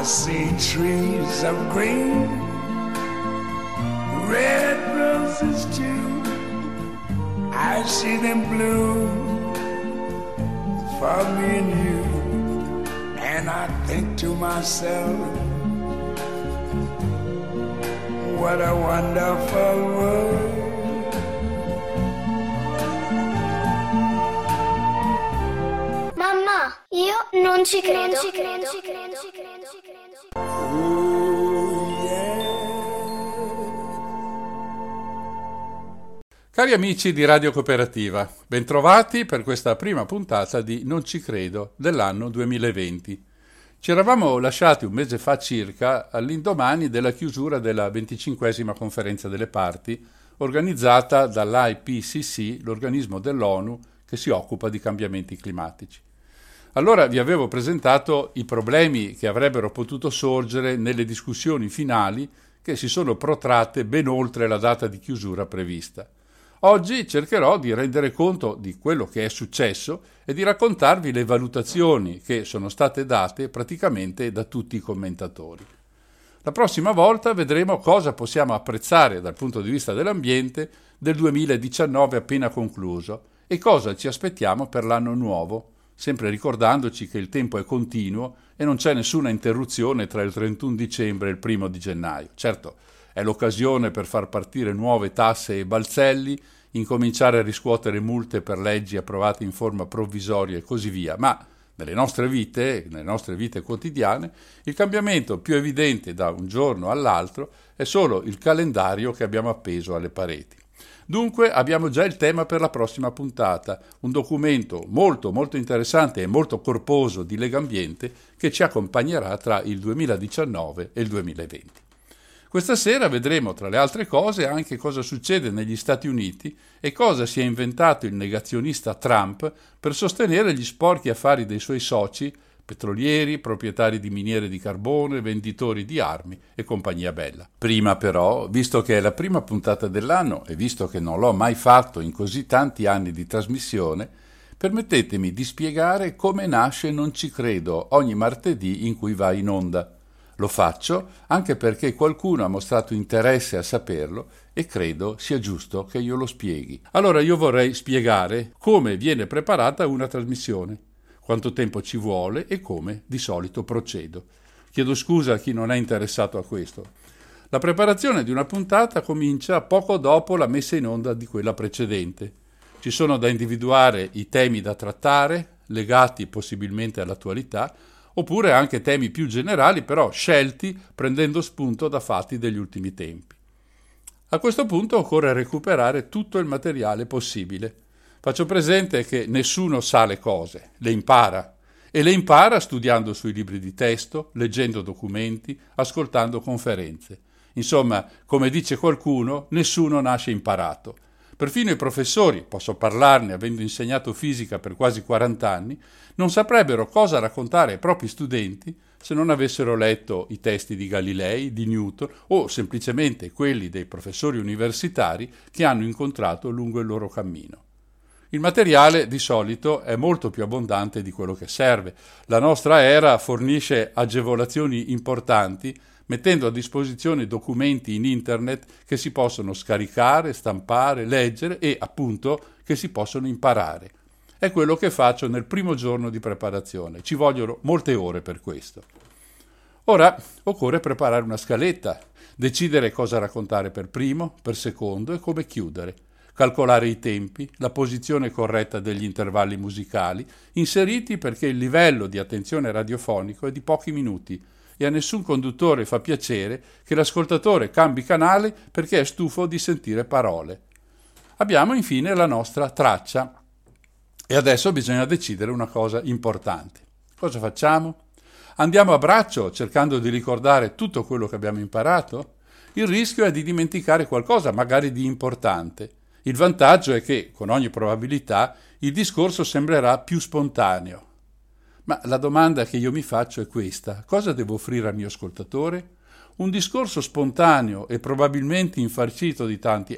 see trees of green, red roses too. I see them bloom for me and you. And I think to myself, what a wonderful world. Mamma, io non ci credo. Cari amici di Radio Cooperativa, bentrovati per questa prima puntata di Non ci credo dell'anno 2020. Ci eravamo lasciati un mese fa circa all'indomani della chiusura della 25esima conferenza delle parti organizzata dall'IPCC, l'organismo dell'ONU che si occupa di cambiamenti climatici. Allora vi avevo presentato i problemi che avrebbero potuto sorgere nelle discussioni finali che si sono protratte ben oltre la data di chiusura prevista. Oggi cercherò di rendere conto di quello che è successo e di raccontarvi le valutazioni che sono state date praticamente da tutti i commentatori. La prossima volta vedremo cosa possiamo apprezzare dal punto di vista dell'ambiente del 2019 appena concluso e cosa ci aspettiamo per l'anno nuovo, sempre ricordandoci che il tempo è continuo e non c'è nessuna interruzione tra il 31 dicembre e il 1 di gennaio. Certo, è l'occasione per far partire nuove tasse e balzelli, incominciare a riscuotere multe per leggi approvate in forma provvisoria e così via, ma nelle nostre vite quotidiane, il cambiamento più evidente da un giorno all'altro è solo il calendario che abbiamo appeso alle pareti. Dunque abbiamo già il tema per la prossima puntata, un documento molto interessante e molto corposo di Legambiente che ci accompagnerà tra il 2019 e il 2020. Questa sera vedremo tra le altre cose anche cosa succede negli Stati Uniti e cosa si è inventato il negazionista Trump per sostenere gli sporchi affari dei suoi soci, petrolieri, proprietari di miniere di carbone, venditori di armi e compagnia bella. Prima però, visto che è la prima puntata dell'anno e visto che non l'ho mai fatto in così tanti anni di trasmissione, permettetemi di spiegare come nasce Non ci credo ogni martedì in cui va in onda. Lo faccio anche perché qualcuno ha mostrato interesse a saperlo e credo sia giusto che io lo spieghi. Allora io vorrei spiegare come viene preparata una trasmissione, quanto tempo ci vuole e come di solito procedo. Chiedo scusa a chi non è interessato a questo. La preparazione di una puntata comincia poco dopo la messa in onda di quella precedente. Ci sono da individuare i temi da trattare, legati possibilmente all'attualità, oppure anche temi più generali, però scelti prendendo spunto da fatti degli ultimi tempi. A questo punto occorre recuperare tutto il materiale possibile. Faccio presente che nessuno sa le cose, le impara, e le impara studiando sui libri di testo, leggendo documenti, ascoltando conferenze. Insomma, come dice qualcuno, nessuno nasce imparato. Perfino i professori, posso parlarne avendo insegnato fisica per quasi 40 anni, non saprebbero cosa raccontare ai propri studenti se non avessero letto i testi di Galilei, di Newton o semplicemente quelli dei professori universitari che hanno incontrato lungo il loro cammino. Il materiale di solito è molto più abbondante di quello che serve. La nostra era fornisce agevolazioni importanti mettendo a disposizione documenti in internet che si possono scaricare, stampare, leggere e, appunto, che si possono imparare. È quello che faccio nel primo giorno di preparazione. Ci vogliono molte ore per questo. Ora occorre preparare una scaletta, decidere cosa raccontare per primo, per secondo e come chiudere, calcolare i tempi, la posizione corretta degli intervalli musicali, inseriti perché il livello di attenzione radiofonico è di pochi minuti, e a nessun conduttore fa piacere che l'ascoltatore cambi canale perché è stufo di sentire parole. Abbiamo infine la nostra traccia e adesso bisogna decidere una cosa importante. Cosa facciamo? Andiamo a braccio cercando di ricordare tutto quello che abbiamo imparato? Il rischio è di dimenticare qualcosa, magari di importante. Il vantaggio è che, con ogni probabilità, il discorso sembrerà più spontaneo. Ma la domanda che io mi faccio è questa: cosa devo offrire al mio ascoltatore? Un discorso spontaneo e probabilmente infarcito di tanti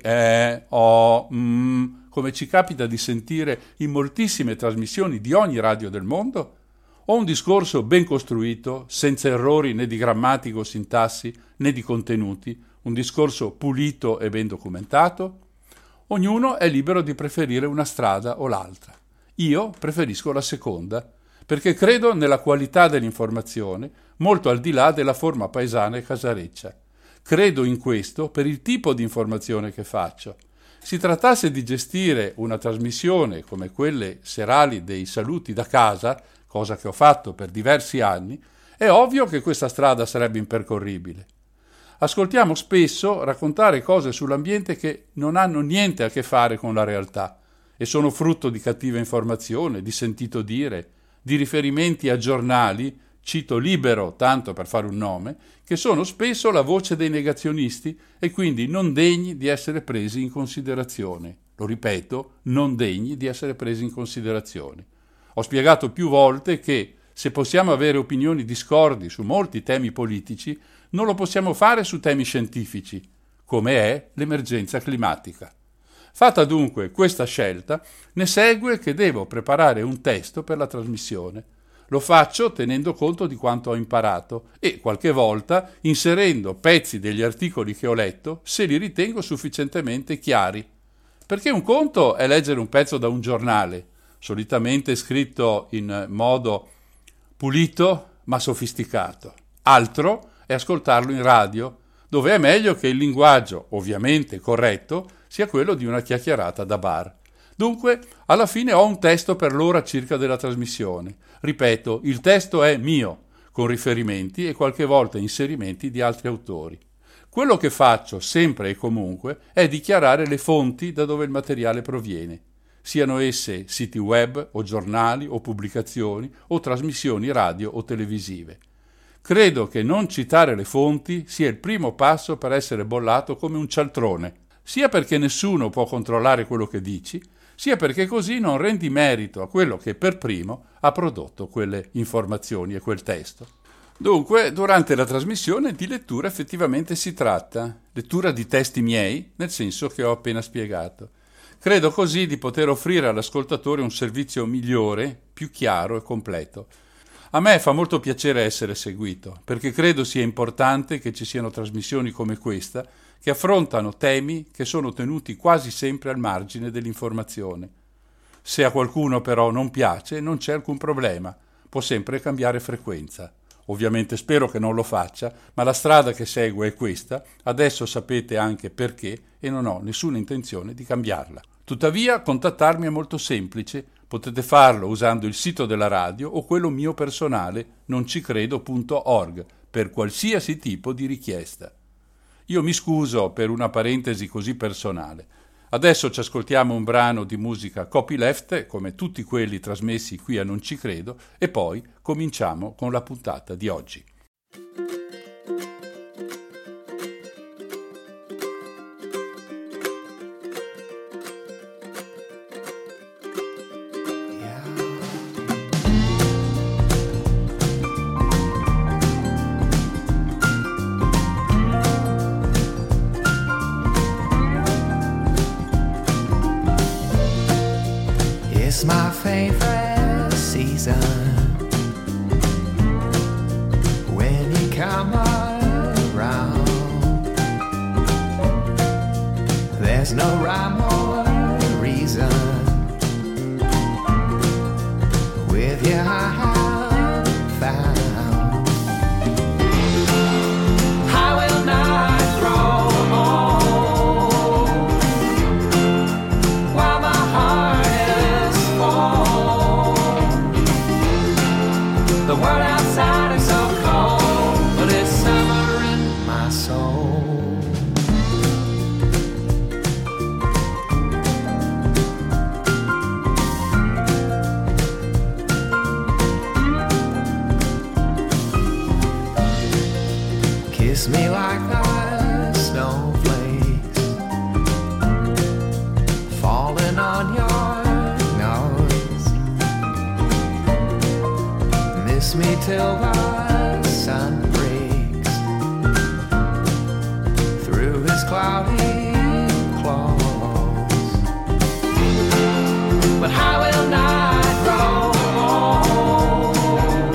come ci capita di sentire in moltissime trasmissioni di ogni radio del mondo? o un discorso ben costruito, senza errori né di grammatica o sintassi né di contenuti, un discorso pulito e ben documentato? Ognuno è libero di preferire una strada o l'altra. Io preferisco la seconda, perché credo nella qualità dell'informazione, molto al di là della forma paesana e casareccia. Credo in questo per il tipo di informazione che faccio. Si trattasse di gestire una trasmissione come quelle serali dei saluti da casa, cosa che ho fatto per diversi anni, è ovvio che questa strada sarebbe impercorribile. Ascoltiamo spesso raccontare cose sull'ambiente che non hanno niente a che fare con la realtà e sono frutto di cattiva informazione, di sentito dire, di riferimenti a giornali, cito Libero tanto per fare un nome, che sono spesso la voce dei negazionisti e quindi non degni di essere presi in considerazione. Lo ripeto, non degni di essere presi in considerazione. Ho spiegato più volte che, se possiamo avere opinioni discordi su molti temi politici, non lo possiamo fare su temi scientifici, come è l'emergenza climatica. Fatta dunque questa scelta, ne segue che devo preparare un testo per la trasmissione. Lo faccio tenendo conto di quanto ho imparato e, qualche volta, inserendo pezzi degli articoli che ho letto, se li ritengo sufficientemente chiari. Perché un conto è leggere un pezzo da un giornale, solitamente scritto in modo pulito ma sofisticato. Altro è ascoltarlo in radio, dove è meglio che il linguaggio, ovviamente corretto, sia quello di una chiacchierata da bar. Dunque, alla fine ho un testo per l'ora circa della trasmissione. Ripeto, il testo è mio, con riferimenti e qualche volta inserimenti di altri autori. Quello che faccio, sempre e comunque, è dichiarare le fonti da dove il materiale proviene, siano esse siti web o giornali o pubblicazioni o trasmissioni radio o televisive. Credo che non citare le fonti sia il primo passo per essere bollato come un cialtrone, sia perché nessuno può controllare quello che dici, sia perché così non rendi merito a quello che per primo ha prodotto quelle informazioni e quel testo. Dunque, durante la trasmissione di lettura effettivamente si tratta, lettura di testi miei, nel senso che ho appena spiegato. Credo così di poter offrire all'ascoltatore un servizio migliore, più chiaro e completo. A me fa molto piacere essere seguito, perché credo sia importante che ci siano trasmissioni come questa che affrontano temi che sono tenuti quasi sempre al margine dell'informazione. Se a qualcuno però non piace, non c'è alcun problema, può sempre cambiare frequenza. Ovviamente spero che non lo faccia, ma la strada che segue è questa, adesso sapete anche perché e non ho nessuna intenzione di cambiarla. Tuttavia, contattarmi è molto semplice, potete farlo usando il sito della radio o quello mio personale, noncicredo.org, per qualsiasi tipo di richiesta. Io mi scuso per una parentesi così personale. Adesso ci ascoltiamo un brano di musica copyleft, come tutti quelli trasmessi qui a Non Ci Credo, e poi cominciamo con la puntata di oggi. It's my favorite season when you come around. There's no rhyme or reason with you I have found. I will not grow old while my heart is full. The world outside is so cold, but it's summer in my soul. Kiss me like the snowflakes falling on your nose. Miss me till the sun breaks through his cloudy clothes. But I will not grow old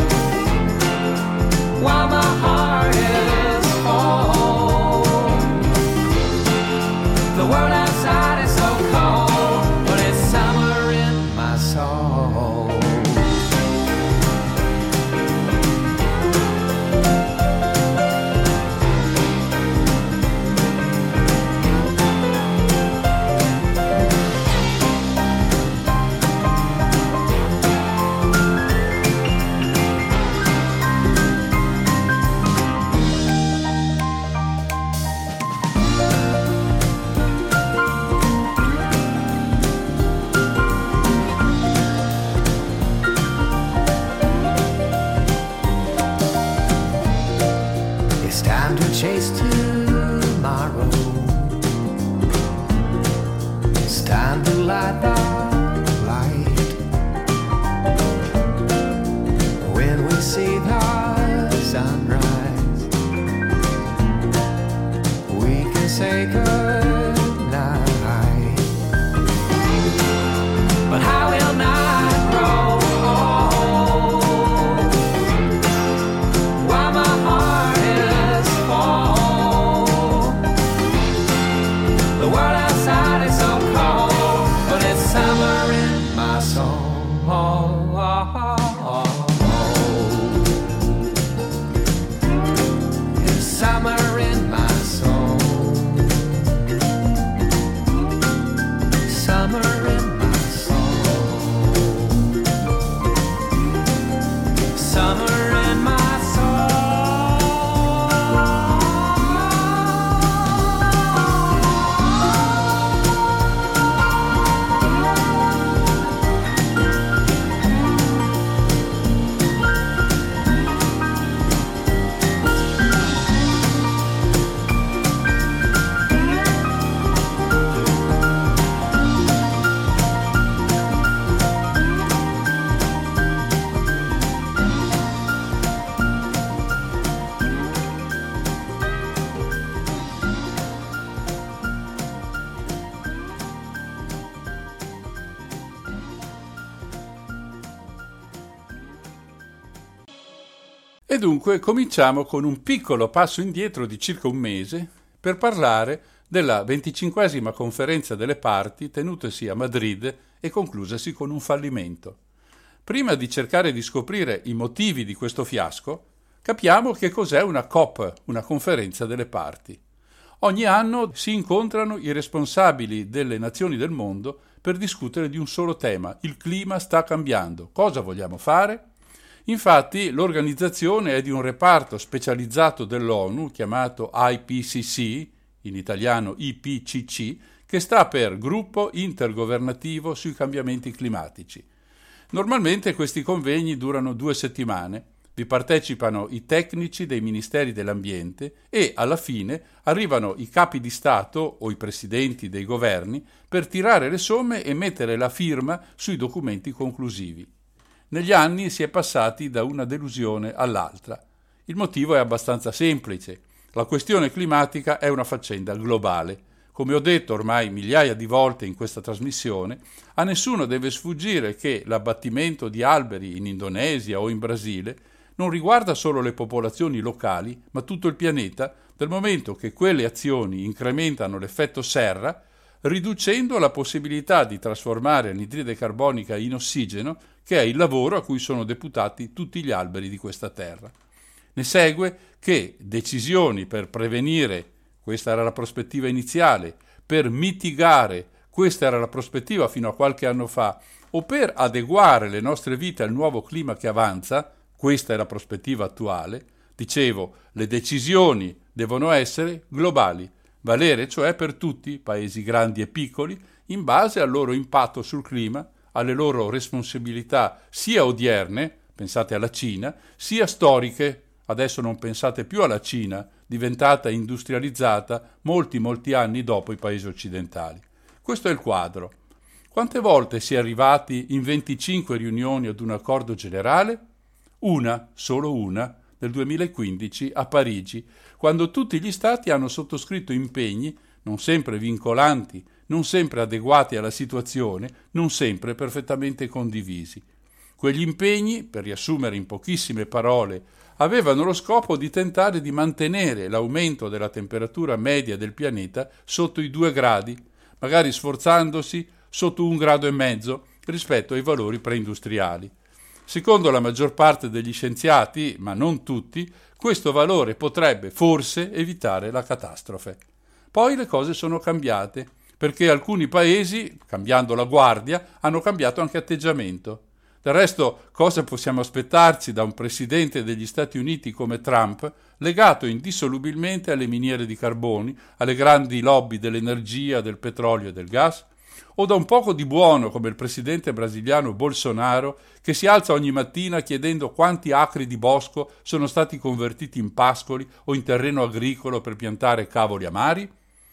E dunque cominciamo con un piccolo passo indietro di circa un mese per parlare della 25esima conferenza delle parti tenutasi a Madrid e conclusasi con un fallimento. Prima di cercare di scoprire i motivi di questo fiasco, capiamo che cos'è una COP, una conferenza delle parti. Ogni anno si incontrano i responsabili delle nazioni del mondo per discutere di un solo tema: il clima sta cambiando, cosa vogliamo fare? Infatti l'organizzazione è di un reparto specializzato dell'ONU chiamato IPCC, in italiano IPCC, che sta per Gruppo Intergovernativo sui Cambiamenti Climatici. Normalmente questi convegni durano 2 settimane, vi partecipano i tecnici dei ministeri dell'ambiente e alla fine arrivano i capi di Stato o i presidenti dei governi per tirare le somme e mettere la firma sui documenti conclusivi. Negli anni si è passati da una delusione all'altra. Il motivo è abbastanza semplice. La questione climatica è una faccenda globale. Come ho detto ormai migliaia di volte in questa trasmissione, a nessuno deve sfuggire che l'abbattimento di alberi in Indonesia o in Brasile non riguarda solo le popolazioni locali, ma tutto il pianeta, dal momento che quelle azioni incrementano l'effetto serra, riducendo la possibilità di trasformare l'anidride carbonica in ossigeno, che è il lavoro a cui sono deputati tutti gli alberi di questa terra. Ne segue che decisioni per prevenire, questa era la prospettiva iniziale, per mitigare, questa era la prospettiva fino a qualche anno fa, o per adeguare le nostre vite al nuovo clima che avanza, questa è la prospettiva attuale, dicevo, le decisioni devono essere globali, valere cioè per tutti, paesi grandi e piccoli, in base al loro impatto sul clima, alle loro responsabilità sia odierne, pensate alla Cina, sia storiche. Adesso non pensate più alla Cina, diventata industrializzata molti anni dopo i paesi occidentali. Questo è il quadro. Quante volte si è arrivati in 25 riunioni ad un accordo generale? Una, solo una, nel 2015 a Parigi, quando tutti gli Stati hanno sottoscritto impegni, non sempre vincolanti, non sempre adeguati alla situazione, non sempre perfettamente condivisi. Quegli impegni, per riassumere in pochissime parole, avevano lo scopo di tentare di mantenere l'aumento della temperatura media del pianeta sotto i 2 gradi, magari sforzandosi sotto 1,5 gradi rispetto ai valori preindustriali. Secondo la maggior parte degli scienziati, ma non tutti, questo valore potrebbe forse evitare la catastrofe. Poi le cose sono cambiate, perché alcuni paesi, cambiando la guardia, hanno cambiato anche atteggiamento. Del resto, cosa possiamo aspettarci da un presidente degli Stati Uniti come Trump, legato indissolubilmente alle miniere di carboni, alle grandi lobby dell'energia, del petrolio e del gas? O da un poco di buono come il presidente brasiliano Bolsonaro, che si alza ogni mattina chiedendo quanti acri di bosco sono stati convertiti in pascoli o in terreno agricolo per piantare cavoli amari?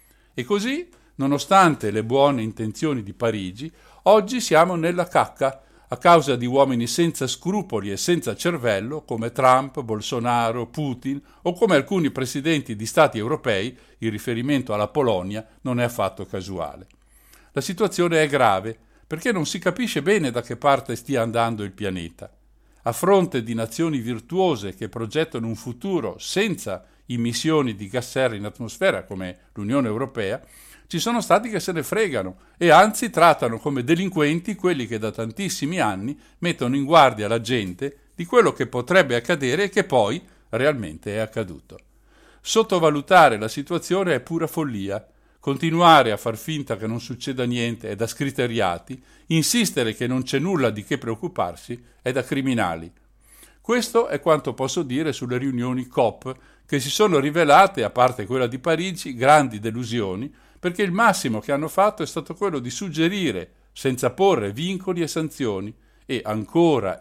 E così, nonostante le buone intenzioni di Parigi, oggi siamo nella cacca, a causa di uomini senza scrupoli e senza cervello come Trump, Bolsonaro, Putin o come alcuni presidenti di stati europei, il riferimento alla Polonia non è affatto casuale. La situazione è grave perché non si capisce bene da che parte stia andando il pianeta. A fronte di nazioni virtuose che progettano un futuro senza emissioni di gas serra in atmosfera come l'Unione Europea, ci sono stati che se ne fregano e anzi trattano come delinquenti quelli che da tantissimi anni mettono in guardia la gente di quello che potrebbe accadere e che poi realmente è accaduto. Sottovalutare la situazione è pura follia. Continuare a far finta che non succeda niente è da scriteriati, insistere che non c'è nulla di che preoccuparsi è da criminali. Questo è quanto posso dire sulle riunioni COP, che si sono rivelate, a parte quella di Parigi, grandi delusioni, perché il massimo che hanno fatto è stato quello di suggerire, senza porre vincoli e sanzioni, e ancora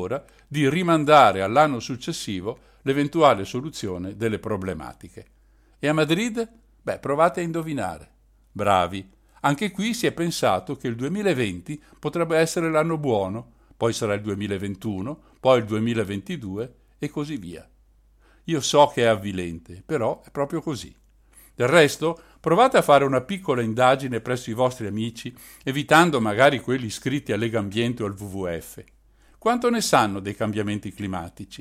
di rimandare all'anno successivo l'eventuale soluzione delle problematiche. E a Madrid? Provate a indovinare. Bravi. Anche qui si è pensato che il 2020 potrebbe essere l'anno buono, poi sarà il 2021, poi il 2022 e così via. Io so che è avvilente, però è proprio così. Del resto, provate a fare una piccola indagine presso i vostri amici, evitando magari quelli iscritti a Legambiente o al WWF. Quanto ne sanno dei cambiamenti climatici?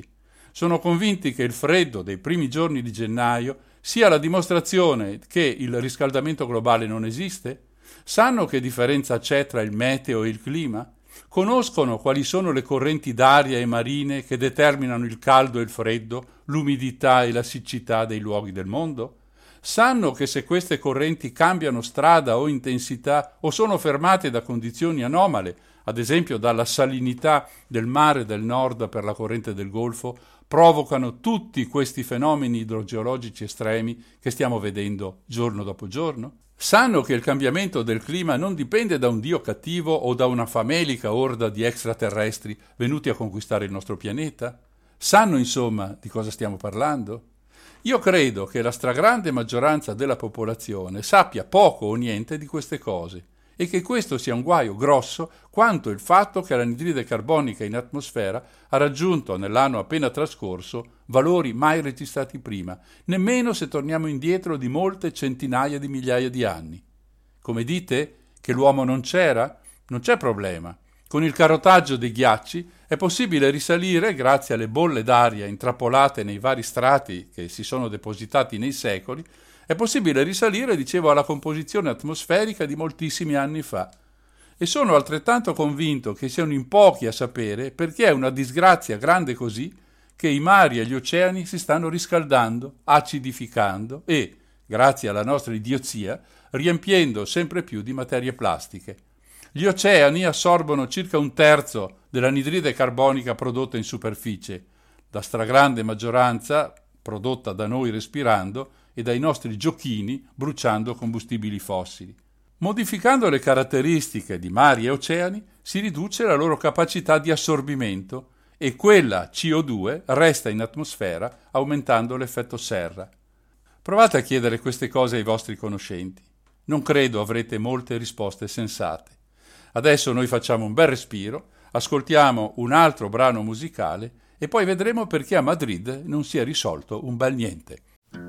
Sono convinti che il freddo dei primi giorni di gennaio sia la dimostrazione che il riscaldamento globale non esiste? Sanno che differenza c'è tra il meteo e il clima? Conoscono quali sono le correnti d'aria e marine che determinano il caldo e il freddo, l'umidità e la siccità dei luoghi del mondo? Sanno che se queste correnti cambiano strada o intensità o sono fermate da condizioni anomale, ad esempio dalla salinità del mare del nord per la corrente del Golfo, provocano tutti questi fenomeni idrogeologici estremi che stiamo vedendo giorno dopo giorno? Sanno che il cambiamento del clima non dipende da un dio cattivo o da una famelica orda di extraterrestri venuti a conquistare il nostro pianeta? Sanno, insomma, di cosa stiamo parlando? Io credo che la stragrande maggioranza della popolazione sappia poco o niente di queste cose e che questo sia un guaio grosso quanto il fatto che l'anidride carbonica in atmosfera ha raggiunto nell'anno appena trascorso valori mai registrati prima, nemmeno se torniamo indietro di molte centinaia di migliaia di anni. Come dite? Che l'uomo non c'era? Non c'è problema. Con il carotaggio dei ghiacci è possibile risalire, grazie alle bolle d'aria intrappolate nei vari strati che si sono depositati nei secoli, è possibile risalire, dicevo, alla composizione atmosferica di moltissimi anni fa. E sono altrettanto convinto che siano in pochi a sapere perché è una disgrazia grande così che i mari e gli oceani si stanno riscaldando, acidificando e, grazie alla nostra idiozia, riempiendo sempre più di materie plastiche. Gli oceani assorbono circa 1/3 dell'anidride carbonica prodotta in superficie, la stragrande maggioranza prodotta da noi respirando e dai nostri giochini bruciando combustibili fossili. Modificando le caratteristiche di mari e oceani si riduce la loro capacità di assorbimento e quella CO2 resta in atmosfera aumentando l'effetto serra. Provate a chiedere queste cose ai vostri conoscenti. Non credo avrete molte risposte sensate. Adesso noi facciamo un bel respiro, ascoltiamo un altro brano musicale e poi vedremo perché a Madrid non si è risolto un bel niente.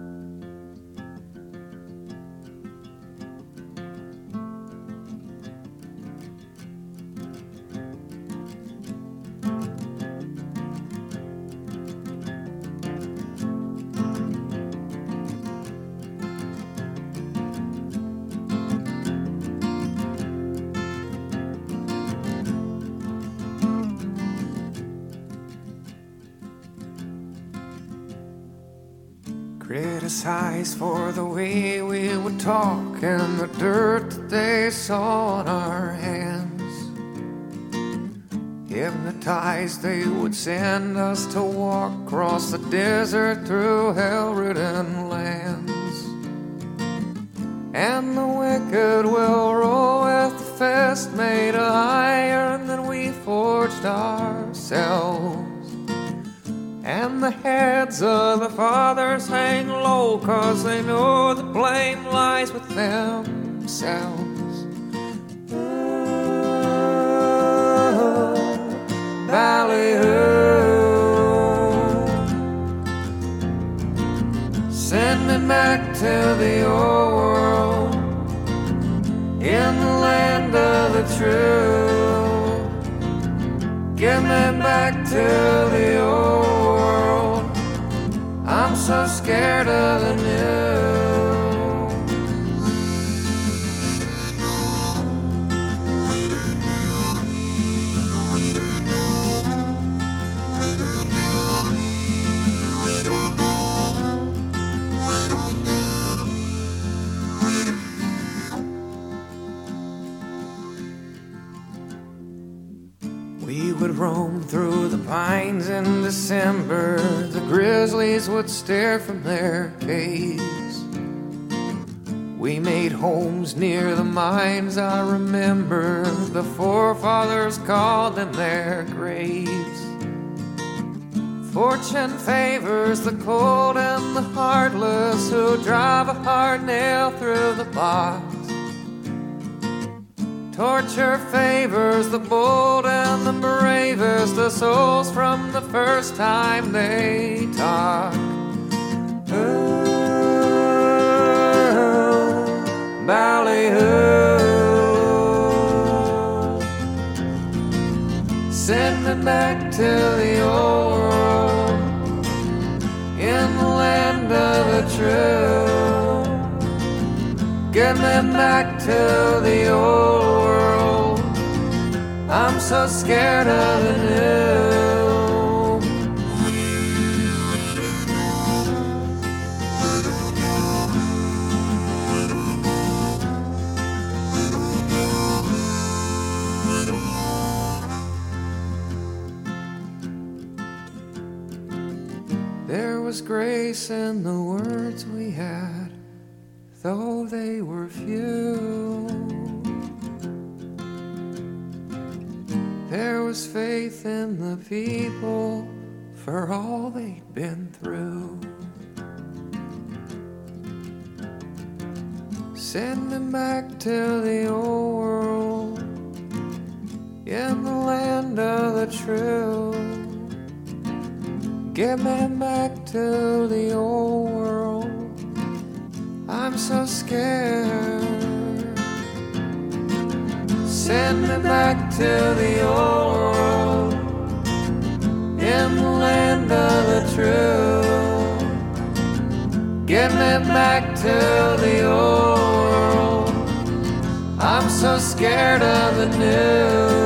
Criticized for the way we would talk and the dirt that they saw on our hands. Hypnotized, they would send us to walk across the desert through hell-ridden lands. And the wicked will roll with the fist made of iron that we forged ourselves. And the heads of the fathers hang low 'cause they know the blame lies with themselves. Ballyhoo, send me back to the old world, in the land of the true. Get me back to the old world, I'm so scared of the new. We would roam through the pines in December. The grizzlies would stare from their caves. We made homes near the mines, I remember. The forefathers called them their graves. Fortune favors the cold and the heartless who drive a hard nail through the box. Torture favors the bold and the bravest, the souls from the first time they talk. Ballyhoo, send me back to the old world, in the land of the true. Get me back to the old world. I'm so scared of the new. There was grace in the words we had, though they were few. There was faith in the people for all they'd been through. Send them back to the old world, in the land of the true. Get me back to the old world. I'm so scared. Send me back to the old world, in the land of the true. Get me back to the old world. I'm so scared of the new.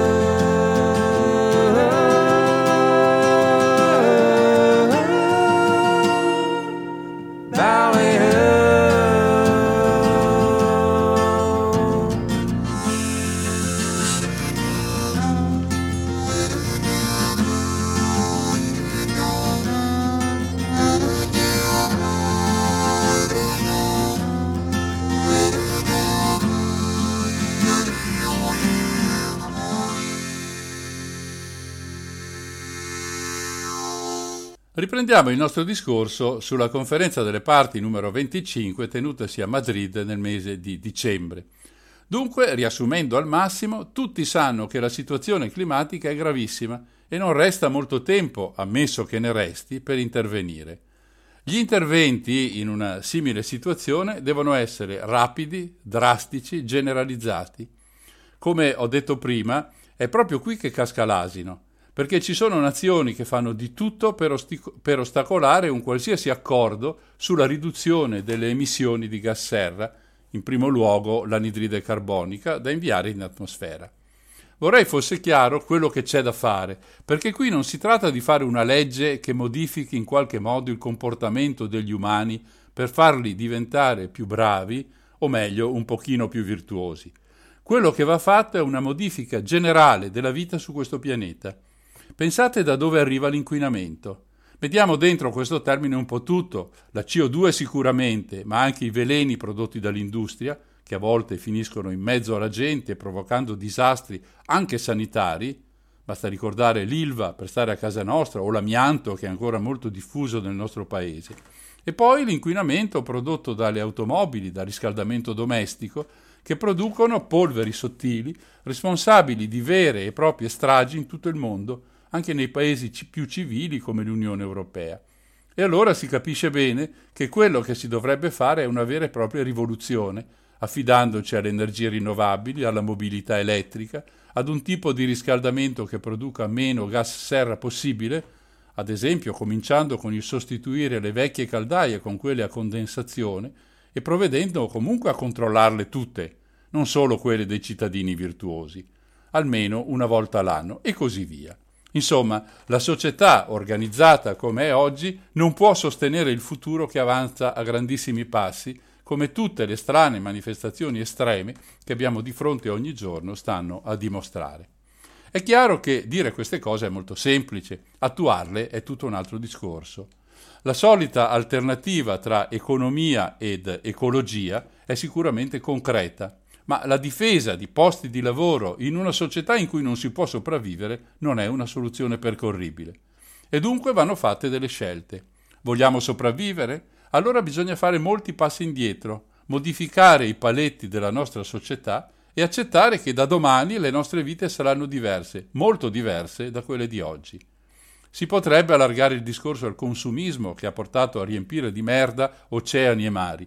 Riprendiamo il nostro discorso sulla conferenza delle parti numero 25 tenutasi a Madrid nel mese di dicembre. Dunque, riassumendo al massimo, tutti sanno che la situazione climatica è gravissima e non resta molto tempo, ammesso che ne resti, per intervenire. Gli interventi in una simile situazione devono essere rapidi, drastici, generalizzati. Come ho detto prima, è proprio qui che casca l'asino, perché ci sono nazioni che fanno di tutto per ostacolare un qualsiasi accordo sulla riduzione delle emissioni di gas serra, in primo luogo l'anidride carbonica, da inviare in atmosfera. Vorrei fosse chiaro quello che c'è da fare, perché qui non si tratta di fare una legge che modifichi in qualche modo il comportamento degli umani per farli diventare più bravi, o meglio, un pochino più virtuosi. Quello che va fatto è una modifica generale della vita su questo pianeta. Pensate da dove arriva l'inquinamento. Mettiamo dentro questo termine un po' tutto, la CO2 sicuramente, ma anche i veleni prodotti dall'industria, che a volte finiscono in mezzo alla gente provocando disastri anche sanitari. Basta ricordare l'Ilva per stare a casa nostra o l'amianto che è ancora molto diffuso nel nostro paese. E poi l'inquinamento prodotto dalle automobili, dal riscaldamento domestico, che producono polveri sottili responsabili di vere e proprie stragi in tutto il mondo, anche nei paesi più civili come l'Unione Europea. E allora si capisce bene che quello che si dovrebbe fare è una vera e propria rivoluzione, affidandoci alle energie rinnovabili, alla mobilità elettrica, ad un tipo di riscaldamento che produca meno gas serra possibile, ad esempio cominciando con il sostituire le vecchie caldaie con quelle a condensazione e provvedendo comunque a controllarle tutte, non solo quelle dei cittadini virtuosi, almeno una volta l'anno e così via. Insomma, la società organizzata come è oggi non può sostenere il futuro che avanza a grandissimi passi, come tutte le strane manifestazioni estreme che abbiamo di fronte ogni giorno stanno a dimostrare. È chiaro che dire queste cose è molto semplice, attuarle è tutto un altro discorso. La solita alternativa tra economia ed ecologia è sicuramente concreta, ma la difesa di posti di lavoro in una società in cui non si può sopravvivere non è una soluzione percorribile. E dunque vanno fatte delle scelte. Vogliamo sopravvivere? Allora bisogna fare molti passi indietro, modificare i paletti della nostra società e accettare che da domani le nostre vite saranno diverse, molto diverse da quelle di oggi. Si potrebbe allargare il discorso al consumismo che ha portato a riempire di merda oceani e mari,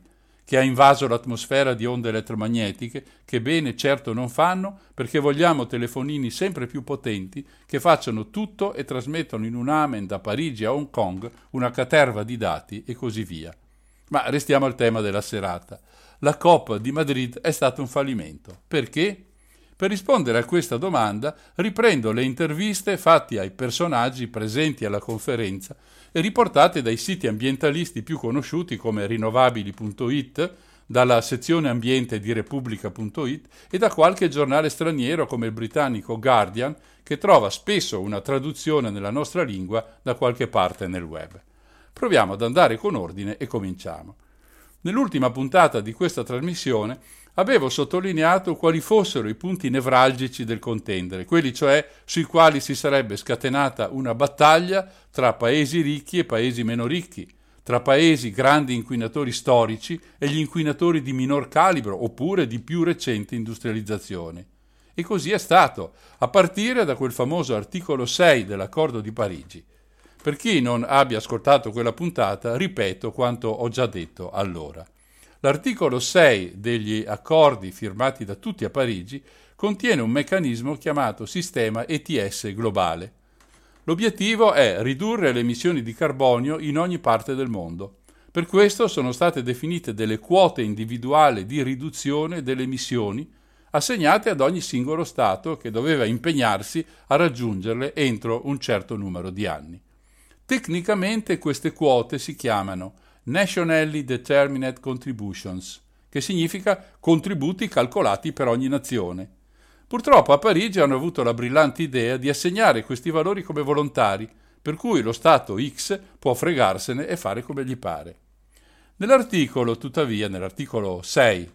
che ha invaso l'atmosfera di onde elettromagnetiche che bene certo non fanno, perché vogliamo telefonini sempre più potenti che facciano tutto e trasmettono in un amen da Parigi a Hong Kong una caterva di dati e così via. Ma restiamo al tema della serata. La COP di Madrid è stato un fallimento. Perché? Per rispondere a questa domanda riprendo le interviste fatte ai personaggi presenti alla conferenza e riportate dai siti ambientalisti più conosciuti come rinnovabili.it, dalla sezione ambiente di repubblica.it e da qualche giornale straniero come il britannico Guardian, che trova spesso una traduzione nella nostra lingua da qualche parte nel web. Proviamo ad andare con ordine e cominciamo. Nell'ultima puntata di questa trasmissione avevo sottolineato quali fossero i punti nevralgici del contendere, quelli cioè sui quali si sarebbe scatenata una battaglia tra paesi ricchi e paesi meno ricchi, tra paesi grandi inquinatori storici e gli inquinatori di minor calibro oppure di più recente industrializzazione. E così è stato, a partire da quel famoso articolo 6 dell'Accordo di Parigi. Per chi non abbia ascoltato quella puntata, ripeto quanto ho già detto allora. L'articolo 6 degli accordi firmati da tutti a Parigi contiene un meccanismo chiamato sistema ETS globale. L'obiettivo è ridurre le emissioni di carbonio in ogni parte del mondo. Per questo sono state definite delle quote individuali di riduzione delle emissioni assegnate ad ogni singolo Stato che doveva impegnarsi a raggiungerle entro un certo numero di anni. Tecnicamente queste quote si chiamano Nationally Determined Contributions, che significa contributi calcolati per ogni nazione. Purtroppo a Parigi hanno avuto la brillante idea di assegnare questi valori come volontari, per cui lo Stato X può fregarsene e fare come gli pare. Nell'articolo 6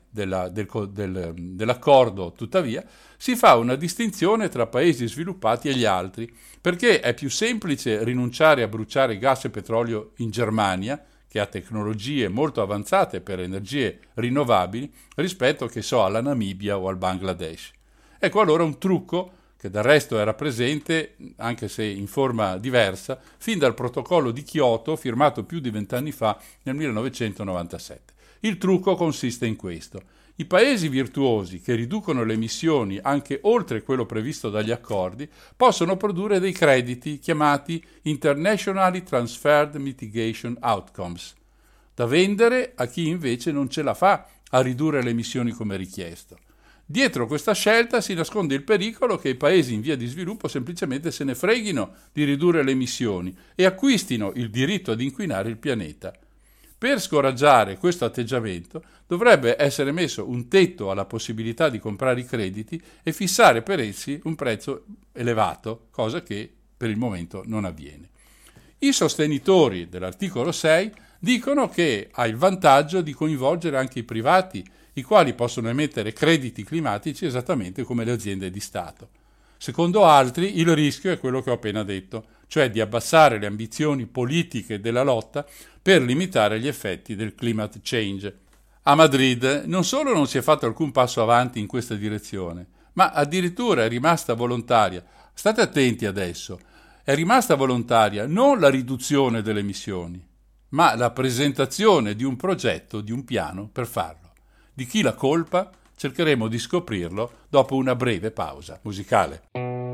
dell'accordo, tuttavia, si fa una distinzione tra paesi sviluppati e gli altri, perché è più semplice rinunciare a bruciare gas e petrolio in Germania, che ha tecnologie molto avanzate per energie rinnovabili, rispetto, alla Namibia o al Bangladesh. Ecco allora un trucco, che del resto era presente, anche se in forma diversa, fin dal protocollo di Kyoto firmato più di 20 anni fa, nel 1997. Il trucco consiste in questo. I paesi virtuosi che riducono le emissioni anche oltre quello previsto dagli accordi possono produrre dei crediti chiamati Internationally Transferred Mitigation Outcomes, da vendere a chi invece non ce la fa a ridurre le emissioni come richiesto. Dietro questa scelta si nasconde il pericolo che i paesi in via di sviluppo semplicemente se ne freghino di ridurre le emissioni e acquistino il diritto ad inquinare il pianeta. Per scoraggiare questo atteggiamento dovrebbe essere messo un tetto alla possibilità di comprare i crediti e fissare per essi un prezzo elevato, cosa che per il momento non avviene. I sostenitori dell'articolo 6 dicono che ha il vantaggio di coinvolgere anche i privati, i quali possono emettere crediti climatici esattamente come le aziende di Stato. Secondo altri, il rischio è quello che ho appena detto, cioè di abbassare le ambizioni politiche della lotta per limitare gli effetti del climate change. A Madrid non solo non si è fatto alcun passo avanti in questa direzione, ma addirittura è rimasta volontaria. State attenti adesso, è rimasta volontaria non la riduzione delle emissioni, ma la presentazione di un progetto, di un piano per farlo. Di chi la colpa? Cercheremo di scoprirlo dopo una breve pausa musicale.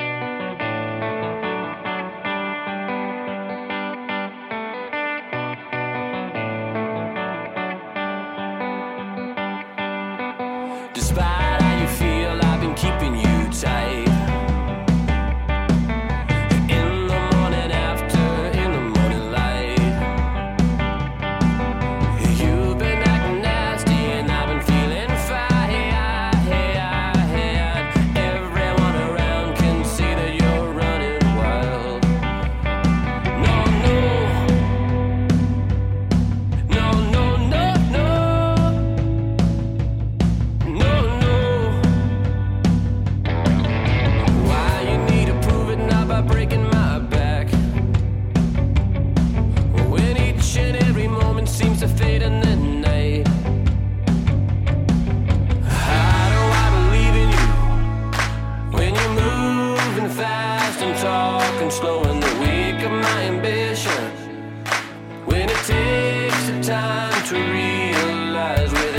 Despite how you feel, I've been keeping you tight. In the morning after, in the morning light. You've been acting nasty and I've been feeling fine. Everyone around can see that you're running wild. No, no, no, no, no, no. Why you need to prove it now by breaking my back? When each and every moment seems to fade in the night. How do I believe in you when you're moving fast and talking slow in the wake of my ambition? When it takes the time to realize with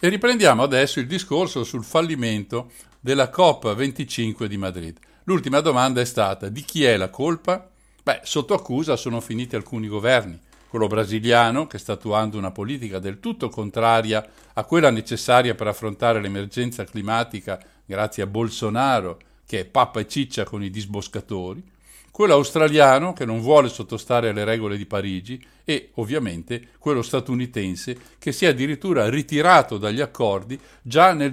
E riprendiamo adesso il discorso sul fallimento della COP25 di Madrid. L'ultima domanda è stata: di chi è la colpa? Sotto accusa sono finiti alcuni governi. Quello brasiliano, che sta attuando una politica del tutto contraria a quella necessaria per affrontare l'emergenza climatica grazie a Bolsonaro, che è pappa e ciccia con i disboscatori, quello australiano, che non vuole sottostare alle regole di Parigi, e ovviamente quello statunitense, che si è addirittura ritirato dagli accordi già nel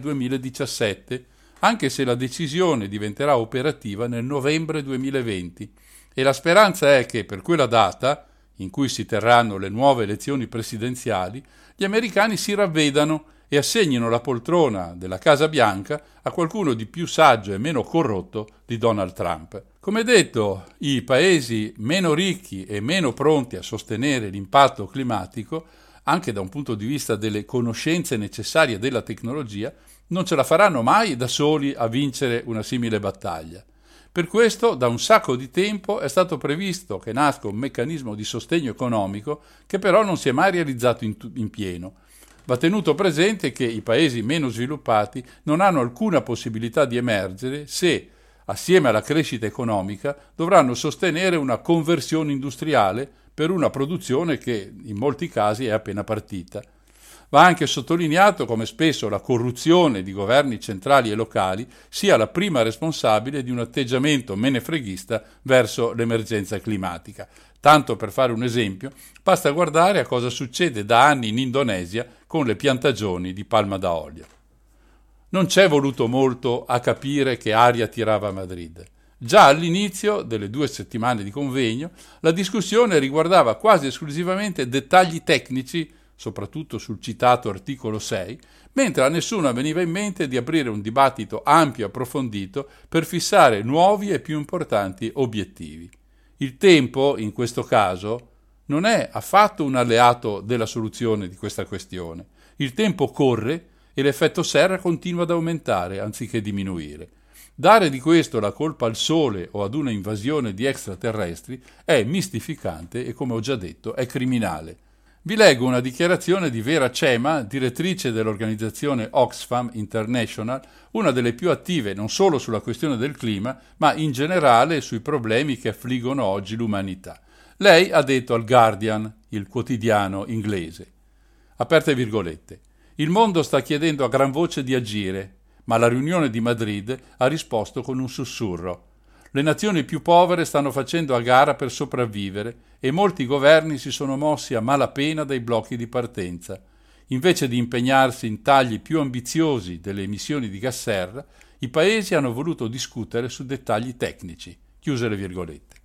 2017, anche se la decisione diventerà operativa nel novembre 2020. E la speranza è che per quella data, in cui si terranno le nuove elezioni presidenziali, gli americani si ravvedano e assegnino la poltrona della Casa Bianca a qualcuno di più saggio e meno corrotto di Donald Trump. Come detto, i paesi meno ricchi e meno pronti a sostenere l'impatto climatico, anche da un punto di vista delle conoscenze necessarie della tecnologia, non ce la faranno mai da soli a vincere una simile battaglia. Per questo, da un sacco di tempo è stato previsto che nasca un meccanismo di sostegno economico che però non si è mai realizzato in pieno. Va tenuto presente che i paesi meno sviluppati non hanno alcuna possibilità di emergere se, assieme alla crescita economica, dovranno sostenere una conversione industriale per una produzione che in molti casi è appena partita. Va anche sottolineato come spesso la corruzione di governi centrali e locali sia la prima responsabile di un atteggiamento menefreghista verso l'emergenza climatica. Tanto per fare un esempio, basta guardare a cosa succede da anni in Indonesia con le piantagioni di palma da olio. Non c'è voluto molto a capire che aria tirava Madrid. Già all'inizio delle 2 settimane di convegno, la discussione riguardava quasi esclusivamente dettagli tecnici, soprattutto sul citato articolo 6, mentre a nessuno veniva in mente di aprire un dibattito ampio e approfondito per fissare nuovi e più importanti obiettivi. Il tempo, in questo caso, non è affatto un alleato della soluzione di questa questione. Il tempo corre e l'effetto serra continua ad aumentare anziché diminuire. Dare di questo la colpa al Sole o ad una invasione di extraterrestri è mistificante e, come ho già detto, è criminale. Vi leggo una dichiarazione di Vera Cema, direttrice dell'organizzazione Oxfam International, una delle più attive non solo sulla questione del clima, ma in generale sui problemi che affliggono oggi l'umanità. Lei ha detto al Guardian, il quotidiano inglese, aperte virgolette, il mondo sta chiedendo a gran voce di agire, ma la riunione di Madrid ha risposto con un sussurro. Le nazioni più povere stanno facendo a gara per sopravvivere e molti governi si sono mossi a malapena dai blocchi di partenza. Invece di impegnarsi in tagli più ambiziosi delle emissioni di gas serra, i paesi hanno voluto discutere su dettagli tecnici. Chiuse le virgolette.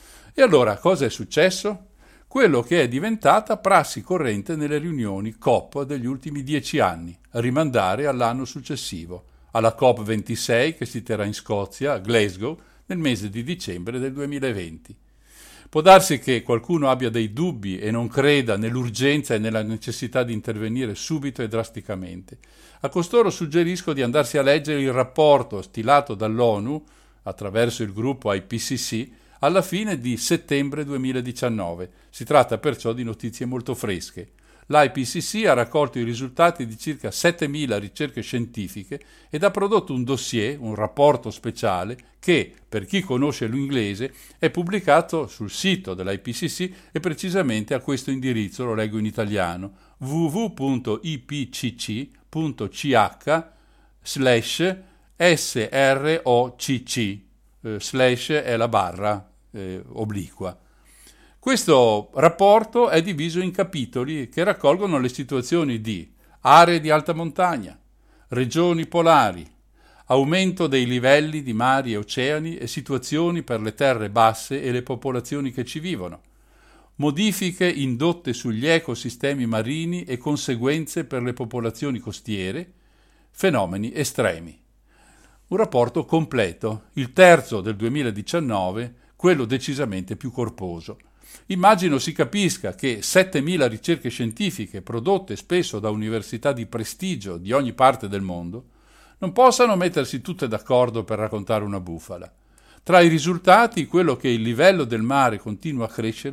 E allora cosa è successo? Quello che è diventata prassi corrente nelle riunioni COP degli ultimi 10 anni, rimandare all'anno successivo, alla COP26 che si terrà in Scozia, a Glasgow, nel mese di dicembre del 2020. Può darsi che qualcuno abbia dei dubbi e non creda nell'urgenza e nella necessità di intervenire subito e drasticamente. A costoro suggerisco di andarsi a leggere il rapporto stilato dall'ONU, attraverso il gruppo IPCC, alla fine di settembre 2019. Si tratta perciò di notizie molto fresche. L'IPCC ha raccolto i risultati di circa 7.000 ricerche scientifiche ed ha prodotto un dossier, un rapporto speciale, che, per chi conosce l'inglese, è pubblicato sul sito dell'IPCC e precisamente a questo indirizzo, lo leggo in italiano, www.ipcc.ch/SROCC, slash è la barra obliqua. Questo rapporto è diviso in capitoli che raccolgono le situazioni di aree di alta montagna, regioni polari, aumento dei livelli di mari e oceani e situazioni per le terre basse e le popolazioni che ci vivono, modifiche indotte sugli ecosistemi marini e conseguenze per le popolazioni costiere, fenomeni estremi. Un rapporto completo, il terzo del 2019, quello decisamente più corposo. Immagino si capisca che 7.000 ricerche scientifiche prodotte spesso da università di prestigio di ogni parte del mondo non possano mettersi tutte d'accordo per raccontare una bufala. Tra i risultati quello che il livello del mare continua a crescere,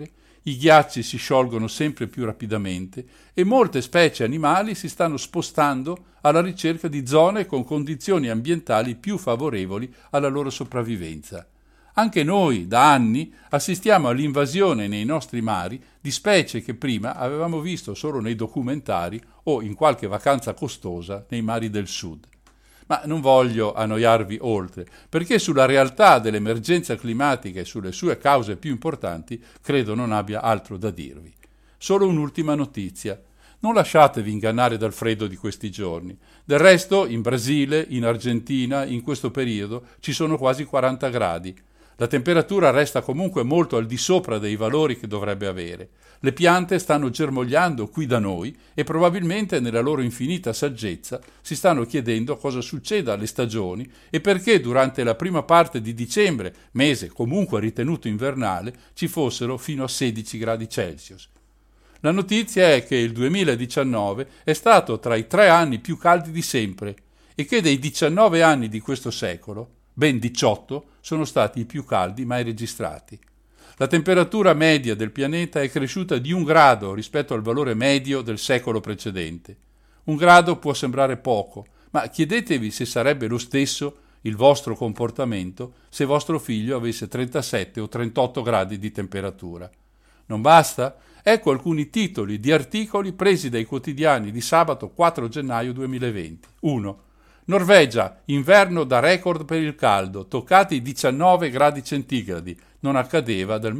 i ghiacci si sciolgono sempre più rapidamente e molte specie animali si stanno spostando alla ricerca di zone con condizioni ambientali più favorevoli alla loro sopravvivenza. Anche noi, da anni, assistiamo all'invasione nei nostri mari di specie che prima avevamo visto solo nei documentari o in qualche vacanza costosa nei mari del sud. Ma non voglio annoiarvi oltre, perché sulla realtà dell'emergenza climatica e sulle sue cause più importanti credo non abbia altro da dirvi. Solo un'ultima notizia. Non lasciatevi ingannare dal freddo di questi giorni. Del resto, in Brasile, in Argentina, in questo periodo ci sono quasi 40 gradi. La temperatura resta comunque molto al di sopra dei valori che dovrebbe avere. Le piante stanno germogliando qui da noi e probabilmente nella loro infinita saggezza si stanno chiedendo cosa succeda alle stagioni e perché durante la prima parte di dicembre, mese comunque ritenuto invernale, ci fossero fino a 16 gradi Celsius. La notizia è che il 2019 è stato tra i 3 anni più caldi di sempre e che dei 19 anni di questo secolo, ben 18 sono stati i più caldi mai registrati. La temperatura media del pianeta è cresciuta di 1 grado rispetto al valore medio del secolo precedente. 1 grado può sembrare poco, ma chiedetevi se sarebbe lo stesso il vostro comportamento se vostro figlio avesse 37 o 38 gradi di temperatura. Non basta? Ecco alcuni titoli di articoli presi dai quotidiani di sabato 4 gennaio 2020. 1. Norvegia, inverno da record per il caldo, toccati 19 gradi centigradi, non accadeva dal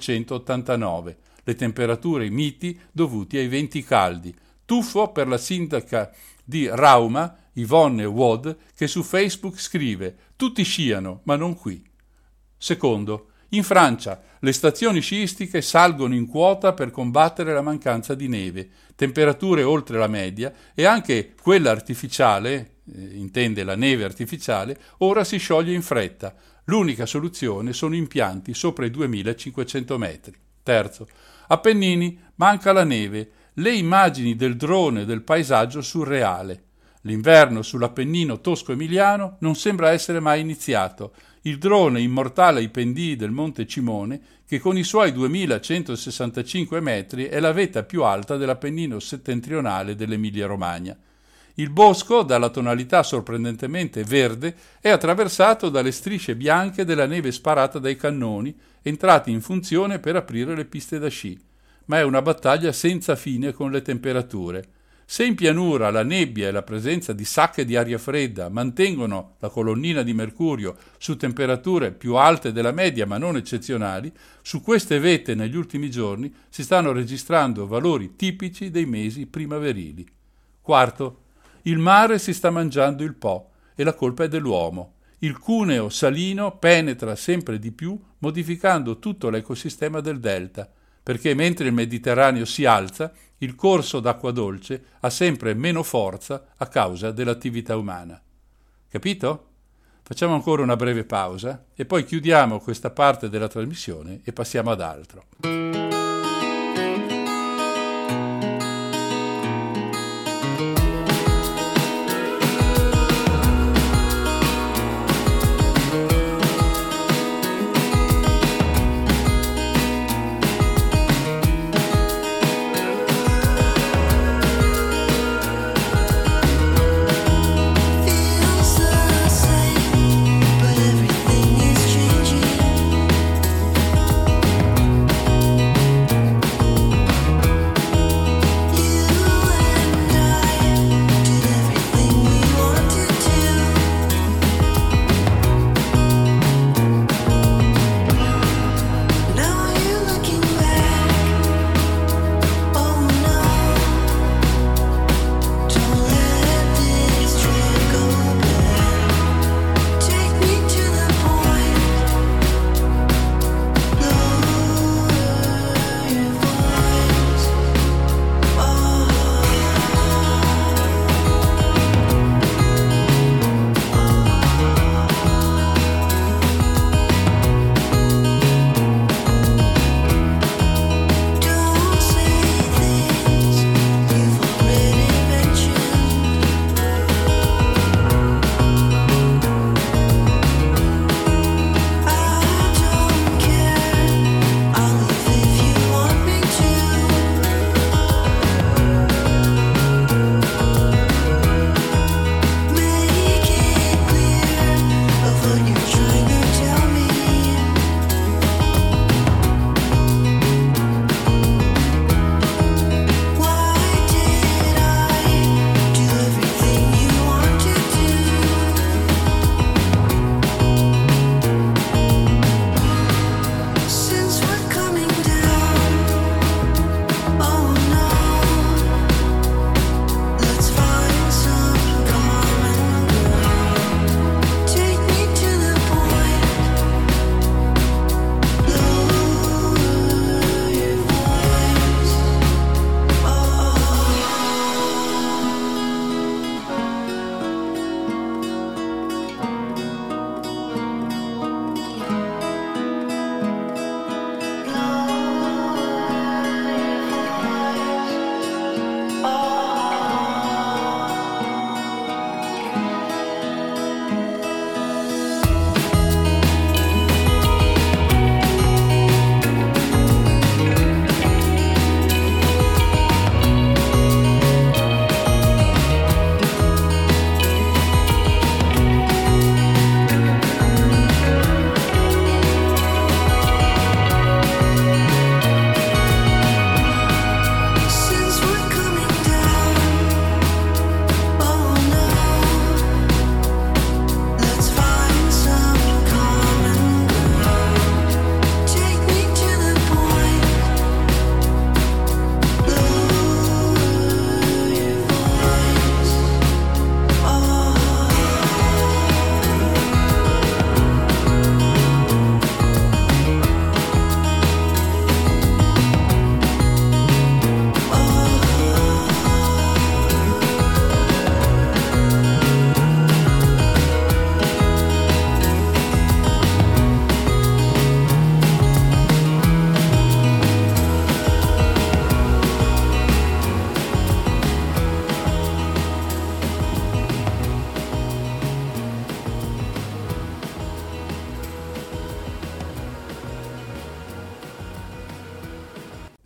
1989. Le temperature miti dovuti ai venti caldi. Tuffo per la sindaca di Rauma, Yvonne Wod, che su Facebook scrive «Tutti sciano, ma non qui». Secondo, in Francia le stazioni sciistiche salgono in quota per combattere la mancanza di neve, temperature oltre la media e anche quella artificiale, intende la neve artificiale, ora si scioglie in fretta. L'unica soluzione sono impianti sopra i 2500 metri. Terzo, Appennini, manca la neve, le immagini del drone del paesaggio surreale. L'inverno sull'Appennino tosco-emiliano non sembra essere mai iniziato. Il drone immortala i pendii del Monte Cimone, che con i suoi 2165 metri è la vetta più alta dell'Appennino settentrionale dell'Emilia-Romagna. Il bosco, dalla tonalità sorprendentemente verde, è attraversato dalle strisce bianche della neve sparata dai cannoni, entrati in funzione per aprire le piste da sci. Ma è una battaglia senza fine con le temperature. Se in pianura la nebbia e la presenza di sacche di aria fredda mantengono la colonnina di mercurio su temperature più alte della media ma non eccezionali, su queste vette negli ultimi giorni si stanno registrando valori tipici dei mesi primaverili. Quarto, il mare si sta mangiando il Po e la colpa è dell'uomo. Il cuneo salino penetra sempre di più modificando tutto l'ecosistema del delta, perché mentre il Mediterraneo si alza, il corso d'acqua dolce ha sempre meno forza a causa dell'attività umana. Capito? Facciamo ancora una breve pausa e poi chiudiamo questa parte della trasmissione e passiamo ad altro.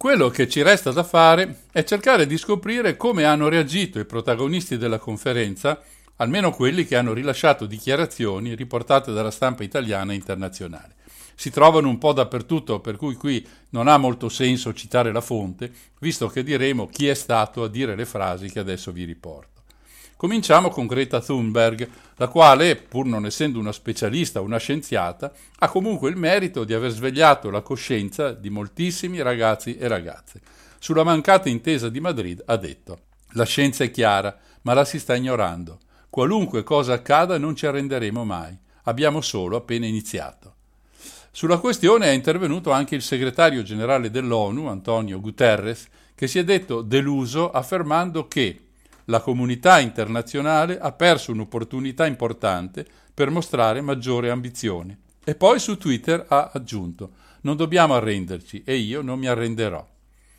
Quello che ci resta da fare è cercare di scoprire come hanno reagito i protagonisti della conferenza, almeno quelli che hanno rilasciato dichiarazioni riportate dalla stampa italiana e internazionale. Si trovano un po' dappertutto, per cui qui non ha molto senso citare la fonte, visto che diremo chi è stato a dire le frasi che adesso vi riporto. Cominciamo con Greta Thunberg, la quale, pur non essendo una specialista o una scienziata, ha comunque il merito di aver svegliato la coscienza di moltissimi ragazzi e ragazze. Sulla mancata intesa di Madrid ha detto: «La scienza è chiara, ma la si sta ignorando. Qualunque cosa accada non ci arrenderemo mai. Abbiamo solo appena iniziato». Sulla questione è intervenuto anche il segretario generale dell'ONU, Antonio Guterres, che si è detto deluso affermando che la comunità internazionale ha perso un'opportunità importante per mostrare maggiore ambizione. E poi su Twitter ha aggiunto: «Non dobbiamo arrenderci e io non mi arrenderò».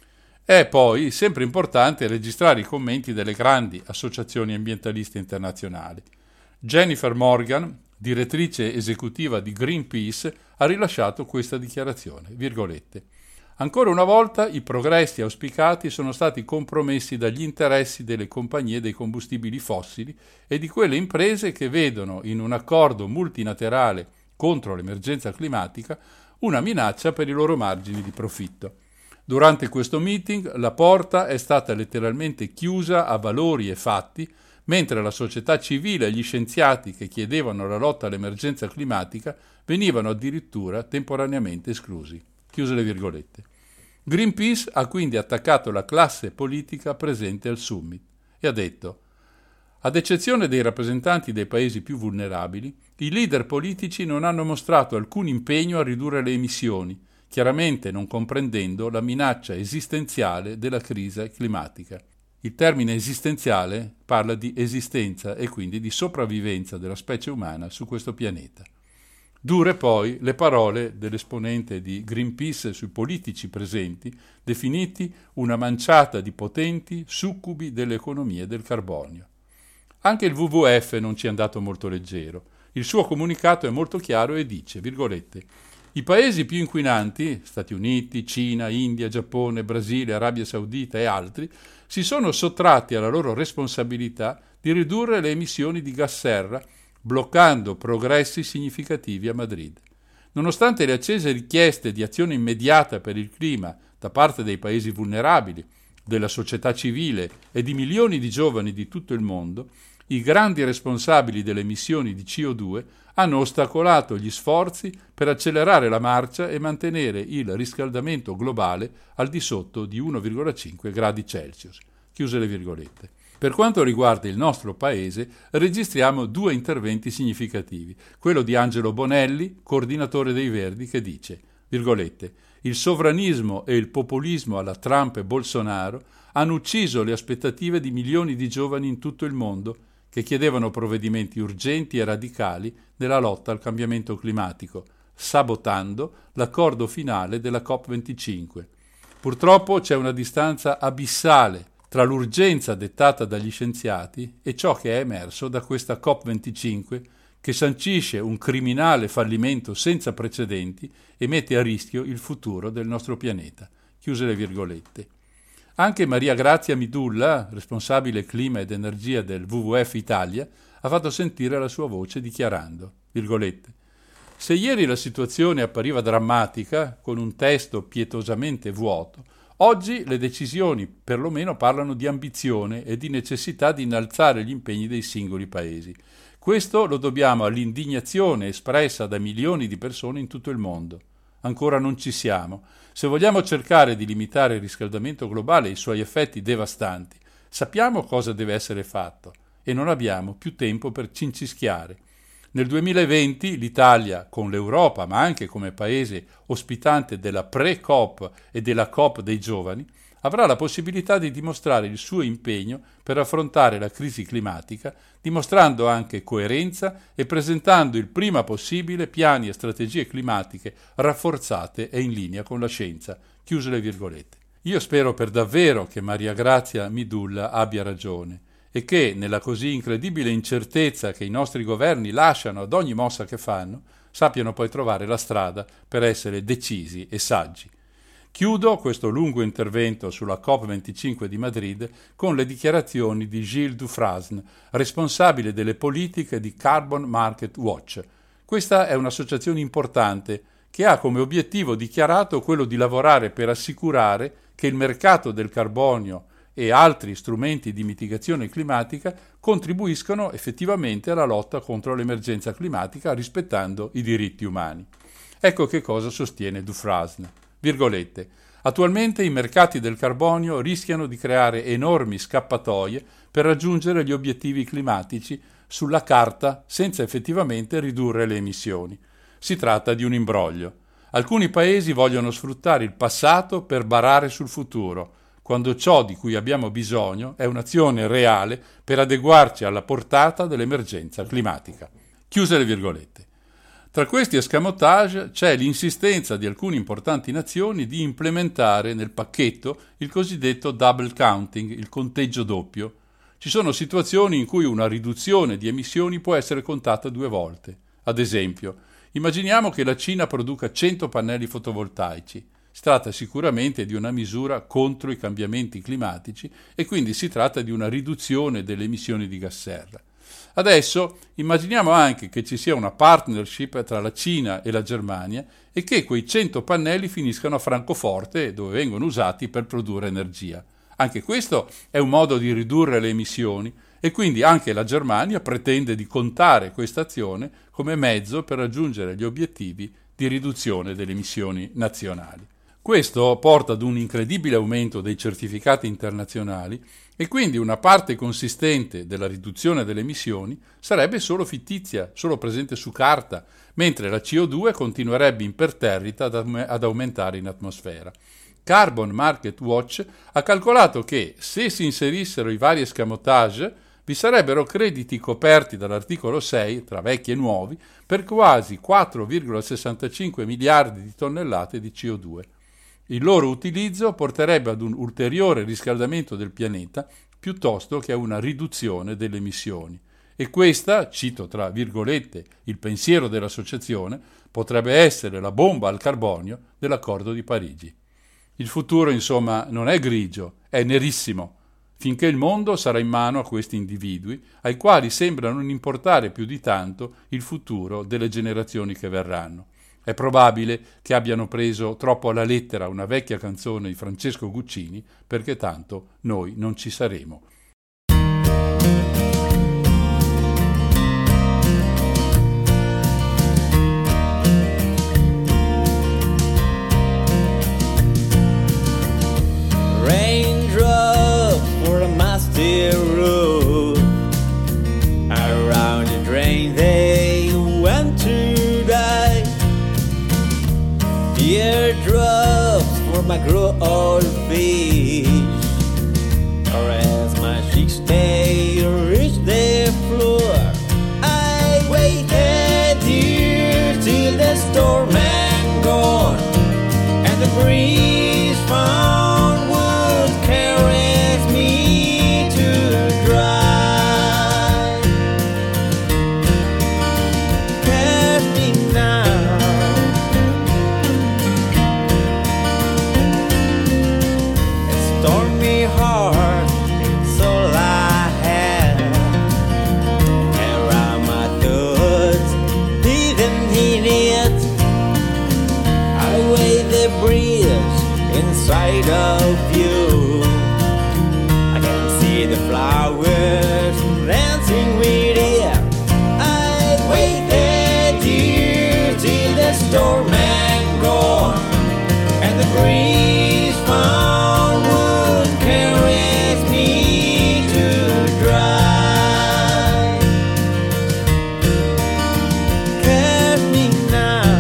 È poi sempre importante registrare i commenti delle grandi associazioni ambientaliste internazionali. Jennifer Morgan, direttrice esecutiva di Greenpeace, ha rilasciato questa dichiarazione, virgolette: «Ancora una volta i progressi auspicati sono stati compromessi dagli interessi delle compagnie dei combustibili fossili e di quelle imprese che vedono in un accordo multilaterale contro l'emergenza climatica una minaccia per i loro margini di profitto. Durante questo meeting la porta è stata letteralmente chiusa a valori e fatti, mentre la società civile e gli scienziati che chiedevano la lotta all'emergenza climatica venivano addirittura temporaneamente esclusi». Chiuse le virgolette. Greenpeace ha quindi attaccato la classe politica presente al summit e ha detto: «Ad eccezione dei rappresentanti dei paesi più vulnerabili, i leader politici non hanno mostrato alcun impegno a ridurre le emissioni, chiaramente non comprendendo la minaccia esistenziale della crisi climatica». Il termine esistenziale parla di esistenza e quindi di sopravvivenza della specie umana su questo pianeta. Dure poi le parole dell'esponente di Greenpeace sui politici presenti, definiti una manciata di potenti succubi delle economie del carbonio. Anche il WWF non ci è andato molto leggero. Il suo comunicato è molto chiaro e dice, virgolette: «I paesi più inquinanti, Stati Uniti, Cina, India, Giappone, Brasile, Arabia Saudita e altri, si sono sottratti alla loro responsabilità di ridurre le emissioni di gas serra, bloccando progressi significativi a Madrid. Nonostante le accese richieste di azione immediata per il clima da parte dei paesi vulnerabili, della società civile e di milioni di giovani di tutto il mondo, i grandi responsabili delle emissioni di CO2 hanno ostacolato gli sforzi per accelerare la marcia e mantenere il riscaldamento globale al di sotto di 1,5 gradi Celsius». Chiuse le virgolette. Per quanto riguarda il nostro paese, registriamo due interventi significativi. Quello di Angelo Bonelli, coordinatore dei Verdi, che dice, virgolette: «Il sovranismo e il populismo alla Trump e Bolsonaro hanno ucciso le aspettative di milioni di giovani in tutto il mondo che chiedevano provvedimenti urgenti e radicali nella lotta al cambiamento climatico, sabotando l'accordo finale della COP25. Purtroppo c'è una distanza abissale tra l'urgenza dettata dagli scienziati e ciò che è emerso da questa COP25, che sancisce un criminale fallimento senza precedenti e mette a rischio il futuro del nostro pianeta». Chiuse le virgolette. Anche Maria Grazia Midulla, responsabile clima ed energia del WWF Italia, ha fatto sentire la sua voce dichiarando, virgolette: «Se ieri la situazione appariva drammatica, con un testo pietosamente vuoto, oggi le decisioni perlomeno parlano di ambizione e di necessità di innalzare gli impegni dei singoli paesi. Questo lo dobbiamo all'indignazione espressa da milioni di persone in tutto il mondo. Ancora non ci siamo. Se vogliamo cercare di limitare il riscaldamento globale e i suoi effetti devastanti, sappiamo cosa deve essere fatto e non abbiamo più tempo per cincischiare. Nel 2020 l'Italia, con l'Europa, ma anche come paese ospitante della pre-COP e della COP dei giovani, avrà la possibilità di dimostrare il suo impegno per affrontare la crisi climatica, dimostrando anche coerenza e presentando il prima possibile piani e strategie climatiche rafforzate e in linea con la scienza. Chiuse le virgolette. Io spero per davvero che Maria Grazia Midulla abbia ragione e che, nella così incredibile incertezza che i nostri governi lasciano ad ogni mossa che fanno, sappiano poi trovare la strada per essere decisi e saggi. Chiudo questo lungo intervento sulla COP25 di Madrid con le dichiarazioni di Gilles Dufresne, responsabile delle politiche di Carbon Market Watch. Questa è un'associazione importante che ha come obiettivo dichiarato quello di lavorare per assicurare che il mercato del carbonio e altri strumenti di mitigazione climatica contribuiscono effettivamente alla lotta contro l'emergenza climatica rispettando i diritti umani. Ecco che cosa sostiene Dufresne. Virgolette, attualmente i mercati del carbonio rischiano di creare enormi scappatoie per raggiungere gli obiettivi climatici sulla carta senza effettivamente ridurre le emissioni. Si tratta di un imbroglio. Alcuni paesi vogliono sfruttare il passato per barare sul futuro, quando ciò di cui abbiamo bisogno è un'azione reale per adeguarci alla portata dell'emergenza climatica. Chiuse le virgolette. Tra questi escamotage c'è l'insistenza di alcune importanti nazioni di implementare nel pacchetto il cosiddetto double counting, il conteggio doppio. Ci sono situazioni in cui una riduzione di emissioni può essere contata 2 volte. Ad esempio, immaginiamo che la Cina produca 100 pannelli fotovoltaici. Si tratta sicuramente di una misura contro i cambiamenti climatici e quindi si tratta di una riduzione delle emissioni di gas serra. Adesso immaginiamo anche che ci sia una partnership tra la Cina e la Germania e che quei 100 pannelli finiscano a Francoforte, dove vengono usati per produrre energia. Anche questo è un modo di ridurre le emissioni e quindi anche la Germania pretende di contare questa azione come mezzo per raggiungere gli obiettivi di riduzione delle emissioni nazionali. Questo porta ad un incredibile aumento dei certificati internazionali e quindi una parte consistente della riduzione delle emissioni sarebbe solo fittizia, solo presente su carta, mentre la CO2 continuerebbe imperterrita ad aumentare in atmosfera. Carbon Market Watch ha calcolato che se si inserissero i vari escamotage vi sarebbero crediti coperti dall'articolo 6, tra vecchi e nuovi, per quasi 4,65 miliardi di tonnellate di CO2. Il loro utilizzo porterebbe ad un ulteriore riscaldamento del pianeta piuttosto che a una riduzione delle emissioni. E questa, cito tra virgolette il pensiero dell'associazione, potrebbe essere la bomba al carbonio dell'Accordo di Parigi. Il futuro, insomma, non è grigio, è nerissimo, finché il mondo sarà in mano a questi individui, ai quali sembra non importare più di tanto il futuro delle generazioni che verranno. È probabile che abbiano preso troppo alla lettera una vecchia canzone di Francesco Guccini, perché tanto noi non ci saremo. Raindrops for a musty road, around the drain they went to die. Teardrops for my grow-old fish, or as my cheeks they reach their floor. I waited here till the storm had gone, and the breeze found would caress me to dry. Catch me now. Stormy heart, it's all I have. Around my thoughts, didn't hit it. I wait the breeze inside of you. I can see the flowers dancing with it. I waited here till the storm had gone, and the breeze found would caress me to dry. Catch me now.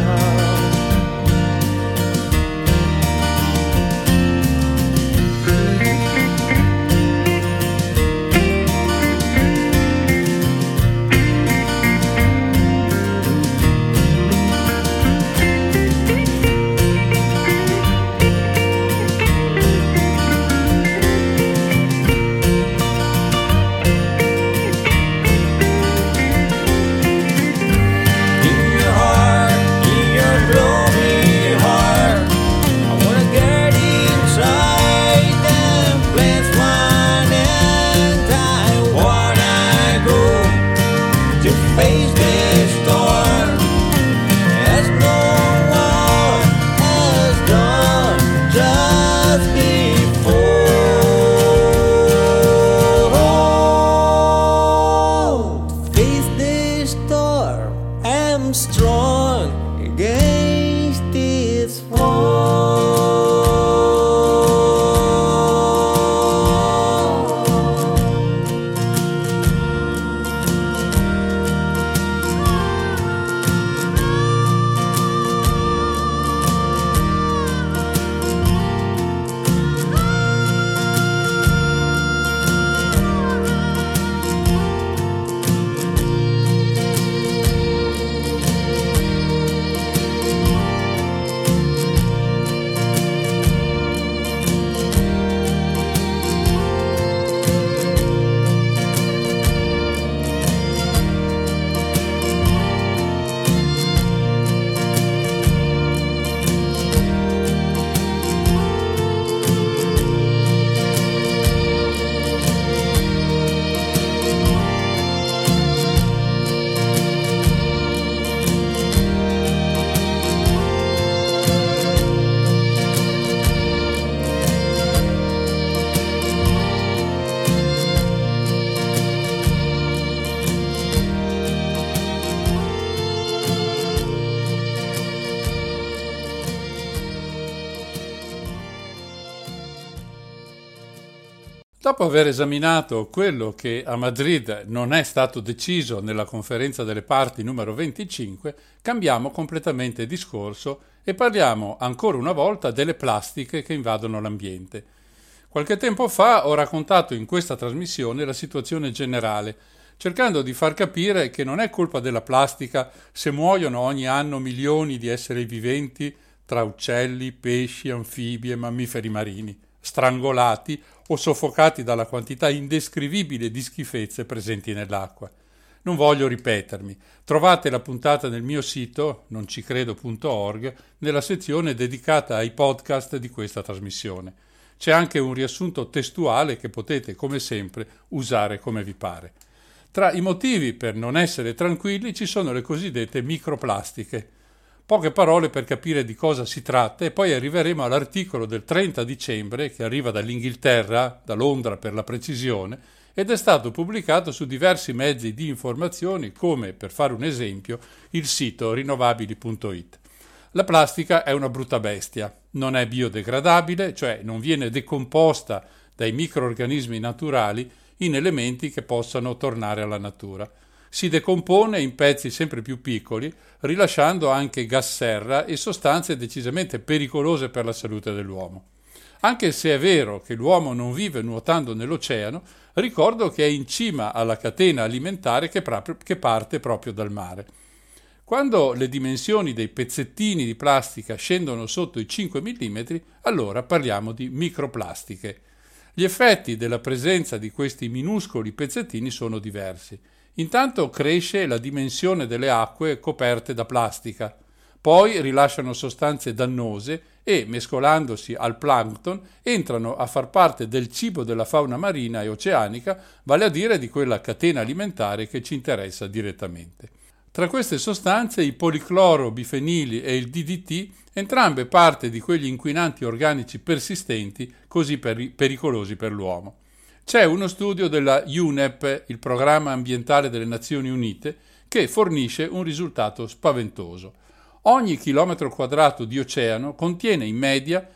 Dopo aver esaminato quello che a Madrid non è stato deciso nella conferenza delle parti numero 25, cambiamo completamente discorso e parliamo ancora una volta delle plastiche che invadono l'ambiente. Qualche tempo fa ho raccontato in questa trasmissione la situazione generale, cercando di far capire che non è colpa della plastica se muoiono ogni anno milioni di esseri viventi tra uccelli, pesci, anfibi e mammiferi marini, strangolati o soffocati dalla quantità indescrivibile di schifezze presenti nell'acqua. Non voglio ripetermi. Trovate la puntata nel mio sito, noncicredo.org, nella sezione dedicata ai podcast di questa trasmissione. C'è anche un riassunto testuale che potete, come sempre, usare come vi pare. Tra i motivi per non essere tranquilli ci sono le cosiddette microplastiche. Poche parole per capire di cosa si tratta e poi arriveremo all'articolo del 30 dicembre che arriva dall'Inghilterra, da Londra per la precisione, ed è stato pubblicato su diversi mezzi di informazione come, per fare un esempio, il sito rinnovabili.it. La plastica è una brutta bestia, non è biodegradabile, cioè non viene decomposta dai microrganismi naturali in elementi che possano tornare alla natura. Si decompone in pezzi sempre più piccoli, rilasciando anche gas serra e sostanze decisamente pericolose per la salute dell'uomo. Anche se è vero che l'uomo non vive nuotando nell'oceano, ricordo che è in cima alla catena alimentare che parte proprio dal mare. Quando le dimensioni dei pezzettini di plastica scendono sotto i 5 mm, allora parliamo di microplastiche. Gli effetti della presenza di questi minuscoli pezzettini sono diversi. Intanto cresce la dimensione delle acque coperte da plastica, poi rilasciano sostanze dannose e, mescolandosi al plancton, entrano a far parte del cibo della fauna marina e oceanica, vale a dire di quella catena alimentare che ci interessa direttamente. Tra queste sostanze i policlorobifenili e il DDT, entrambe parte di quegli inquinanti organici persistenti così pericolosi per l'uomo. C'è uno studio della UNEP, il Programma Ambientale delle Nazioni Unite, che fornisce un risultato spaventoso. Ogni chilometro quadrato di oceano contiene in media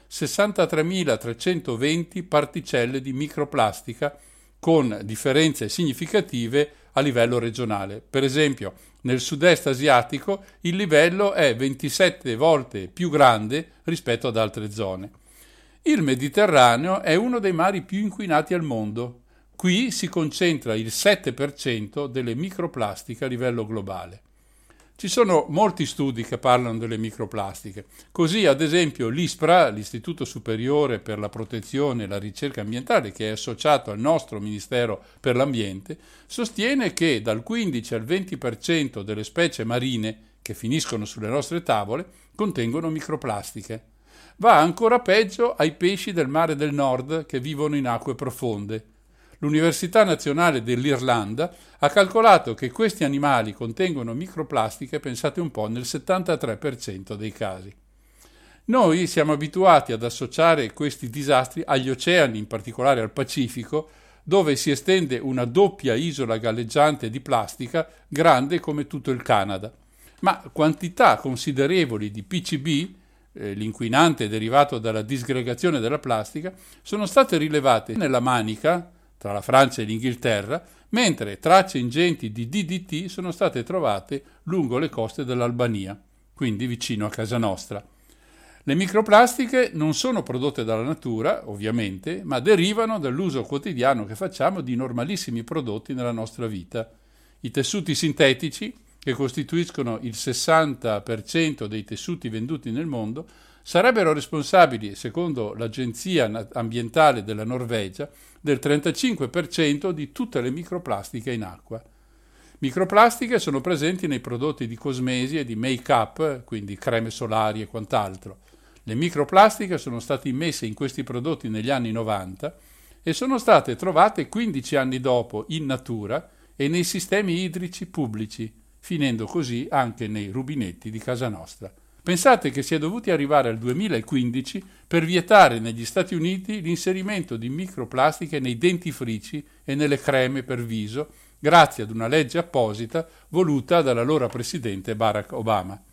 63.320 particelle di microplastica, con differenze significative a livello regionale. Per esempio, nel sud-est asiatico il livello è 27 volte più grande rispetto ad altre zone. Il Mediterraneo è uno dei mari più inquinati al mondo. Qui si concentra il 7% delle microplastiche a livello globale. Ci sono molti studi che parlano delle microplastiche. Così, ad esempio, l'ISPRA, l'Istituto Superiore per la Protezione e la Ricerca Ambientale, che è associato al nostro Ministero per l'Ambiente, sostiene che dal 15 al 20% delle specie marine che finiscono sulle nostre tavole contengono microplastiche. Va ancora peggio ai pesci del Mare del Nord che vivono in acque profonde. L'Università Nazionale dell'Irlanda ha calcolato che questi animali contengono microplastiche, pensate un po', nel 73% dei casi. Noi siamo abituati ad associare questi disastri agli oceani, in particolare al Pacifico, dove si estende una doppia isola galleggiante di plastica grande come tutto il Canada. Ma quantità considerevoli di PCB, l'inquinante derivato dalla disgregazione della plastica, sono state rilevate nella Manica, tra la Francia e l'Inghilterra, mentre tracce ingenti di DDT sono state trovate lungo le coste dell'Albania, quindi vicino a casa nostra. Le microplastiche non sono prodotte dalla natura, ovviamente, ma derivano dall'uso quotidiano che facciamo di normalissimi prodotti nella nostra vita. I tessuti sintetici, che costituiscono il 60% dei tessuti venduti nel mondo, sarebbero responsabili, secondo l'Agenzia Ambientale della Norvegia, del 35% di tutte le microplastiche in acqua. Microplastiche sono presenti nei prodotti di cosmesi e di make-up, quindi creme solari e quant'altro. Le microplastiche sono state immesse in questi prodotti negli anni 90 e sono state trovate 15 anni dopo in natura e nei sistemi idrici pubblici, finendo così anche nei rubinetti di casa nostra. Pensate che si è dovuti arrivare al 2015 per vietare negli Stati Uniti l'inserimento di microplastiche nei dentifrici e nelle creme per viso, grazie ad una legge apposita voluta dall'allora presidente Barack Obama.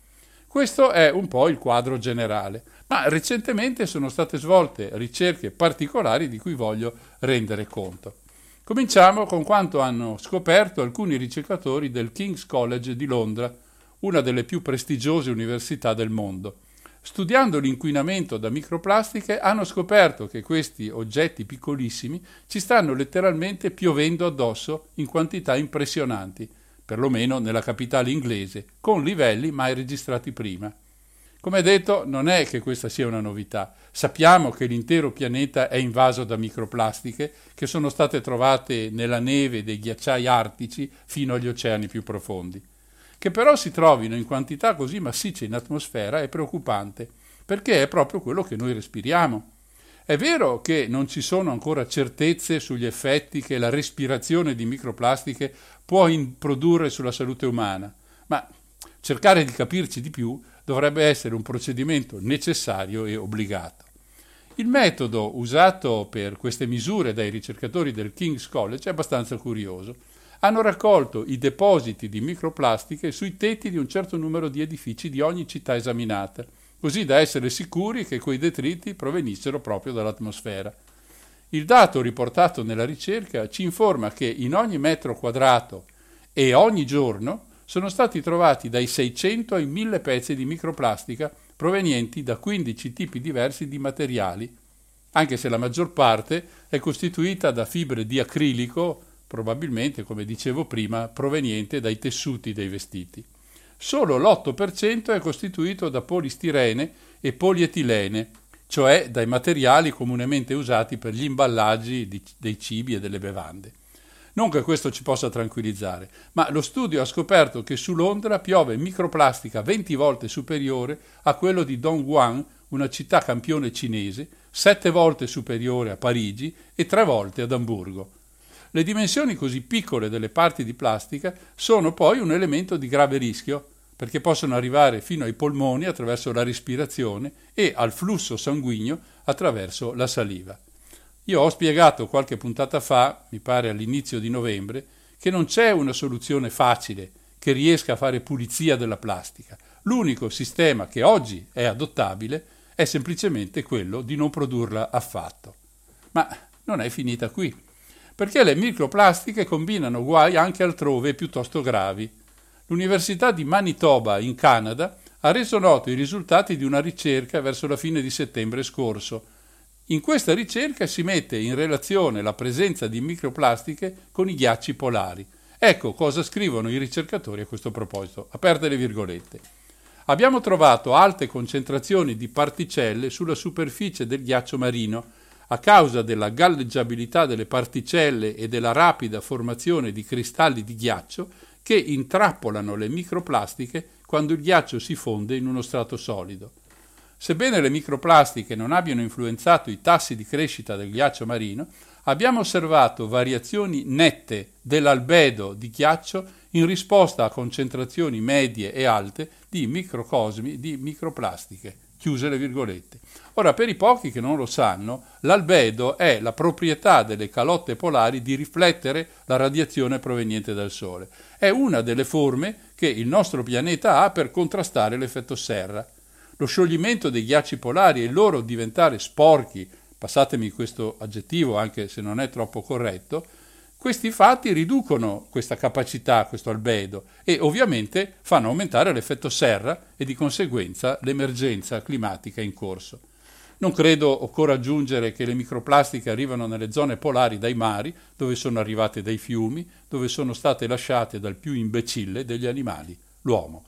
Questo è un po' il quadro generale, ma recentemente sono state svolte ricerche particolari di cui voglio rendere conto. Cominciamo con quanto hanno scoperto alcuni ricercatori del King's College di Londra, una delle più prestigiose università del mondo. Studiando l'inquinamento da microplastiche hanno scoperto che questi oggetti piccolissimi ci stanno letteralmente piovendo addosso in quantità impressionanti, perlomeno nella capitale inglese, con livelli mai registrati prima. Come detto, non è che questa sia una novità. Sappiamo che l'intero pianeta è invaso da microplastiche che sono state trovate nella neve dei ghiacciai artici fino agli oceani più profondi. Che però si trovino in quantità così massicce in atmosfera è preoccupante, perché è proprio quello che noi respiriamo. È vero che non ci sono ancora certezze sugli effetti che la respirazione di microplastiche può produrre sulla salute umana, ma cercare di capirci di più dovrebbe essere un procedimento necessario e obbligato. Il metodo usato per queste misure dai ricercatori del King's College è abbastanza curioso. Hanno raccolto i depositi di microplastiche sui tetti di un certo numero di edifici di ogni città esaminata, così da essere sicuri che quei detriti provenissero proprio dall'atmosfera. Il dato riportato nella ricerca ci informa che in ogni metro quadrato e ogni giorno sono stati trovati dai 600 ai 1000 pezzi di microplastica provenienti da 15 tipi diversi di materiali, anche se la maggior parte è costituita da fibre di acrilico, probabilmente, come dicevo prima, proveniente dai tessuti dei vestiti. Solo l'8% è costituito da polistirene e polietilene, cioè dai materiali comunemente usati per gli imballaggi dei cibi e delle bevande. Non che questo ci possa tranquillizzare, ma lo studio ha scoperto che su Londra piove microplastica 20 volte superiore a quello di Dongguan, una città campione cinese, 7 volte superiore a Parigi e 3 volte ad Amburgo. Le dimensioni così piccole delle parti di plastica sono poi un elemento di grave rischio, perché possono arrivare fino ai polmoni attraverso la respirazione e al flusso sanguigno attraverso la saliva. Io ho spiegato qualche puntata fa, mi pare all'inizio di novembre, che non c'è una soluzione facile che riesca a fare pulizia della plastica. L'unico sistema che oggi è adottabile è semplicemente quello di non produrla affatto. Ma non è finita qui, perché le microplastiche combinano guai anche altrove piuttosto gravi. L'Università di Manitoba, in Canada, ha reso noto i risultati di una ricerca verso la fine di settembre scorso. In questa ricerca si mette in relazione la presenza di microplastiche con i ghiacci polari. Ecco cosa scrivono i ricercatori a questo proposito. Aperte le virgolette. Abbiamo trovato alte concentrazioni di particelle sulla superficie del ghiaccio marino a causa della galleggiabilità delle particelle e della rapida formazione di cristalli di ghiaccio che intrappolano le microplastiche quando il ghiaccio si fonde in uno strato solido. Sebbene le microplastiche non abbiano influenzato i tassi di crescita del ghiaccio marino, abbiamo osservato variazioni nette dell'albedo di ghiaccio in risposta a concentrazioni medie e alte di microcosmi di microplastiche. Chiuse le virgolette. Ora, per i pochi che non lo sanno, l'albedo è la proprietà delle calotte polari di riflettere la radiazione proveniente dal Sole. È una delle forme che il nostro pianeta ha per contrastare l'effetto serra. Lo scioglimento dei ghiacci polari e il loro diventare sporchi, passatemi questo aggettivo anche se non è troppo corretto, questi fatti riducono questa capacità, questo albedo, e ovviamente fanno aumentare l'effetto serra e di conseguenza l'emergenza climatica in corso. Non credo occorra aggiungere che le microplastiche arrivano nelle zone polari dai mari, dove sono arrivate dai fiumi, dove sono state lasciate dal più imbecille degli animali, l'uomo.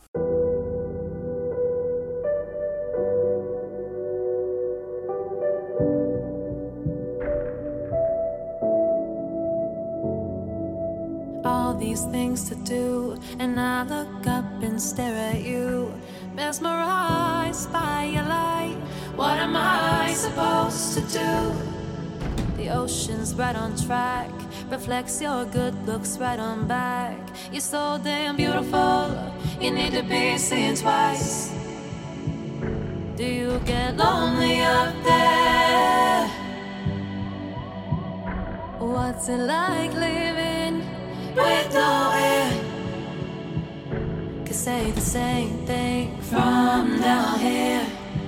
All these things to do, and I look up and stare at you, mesmerized by your light. What am I supposed to do? The ocean's right on track, reflects your good looks right on back. You're so damn beautiful, you need to be seen twice. Do you get lonely up there? What's it like living with no air? Could say the same thing from down here.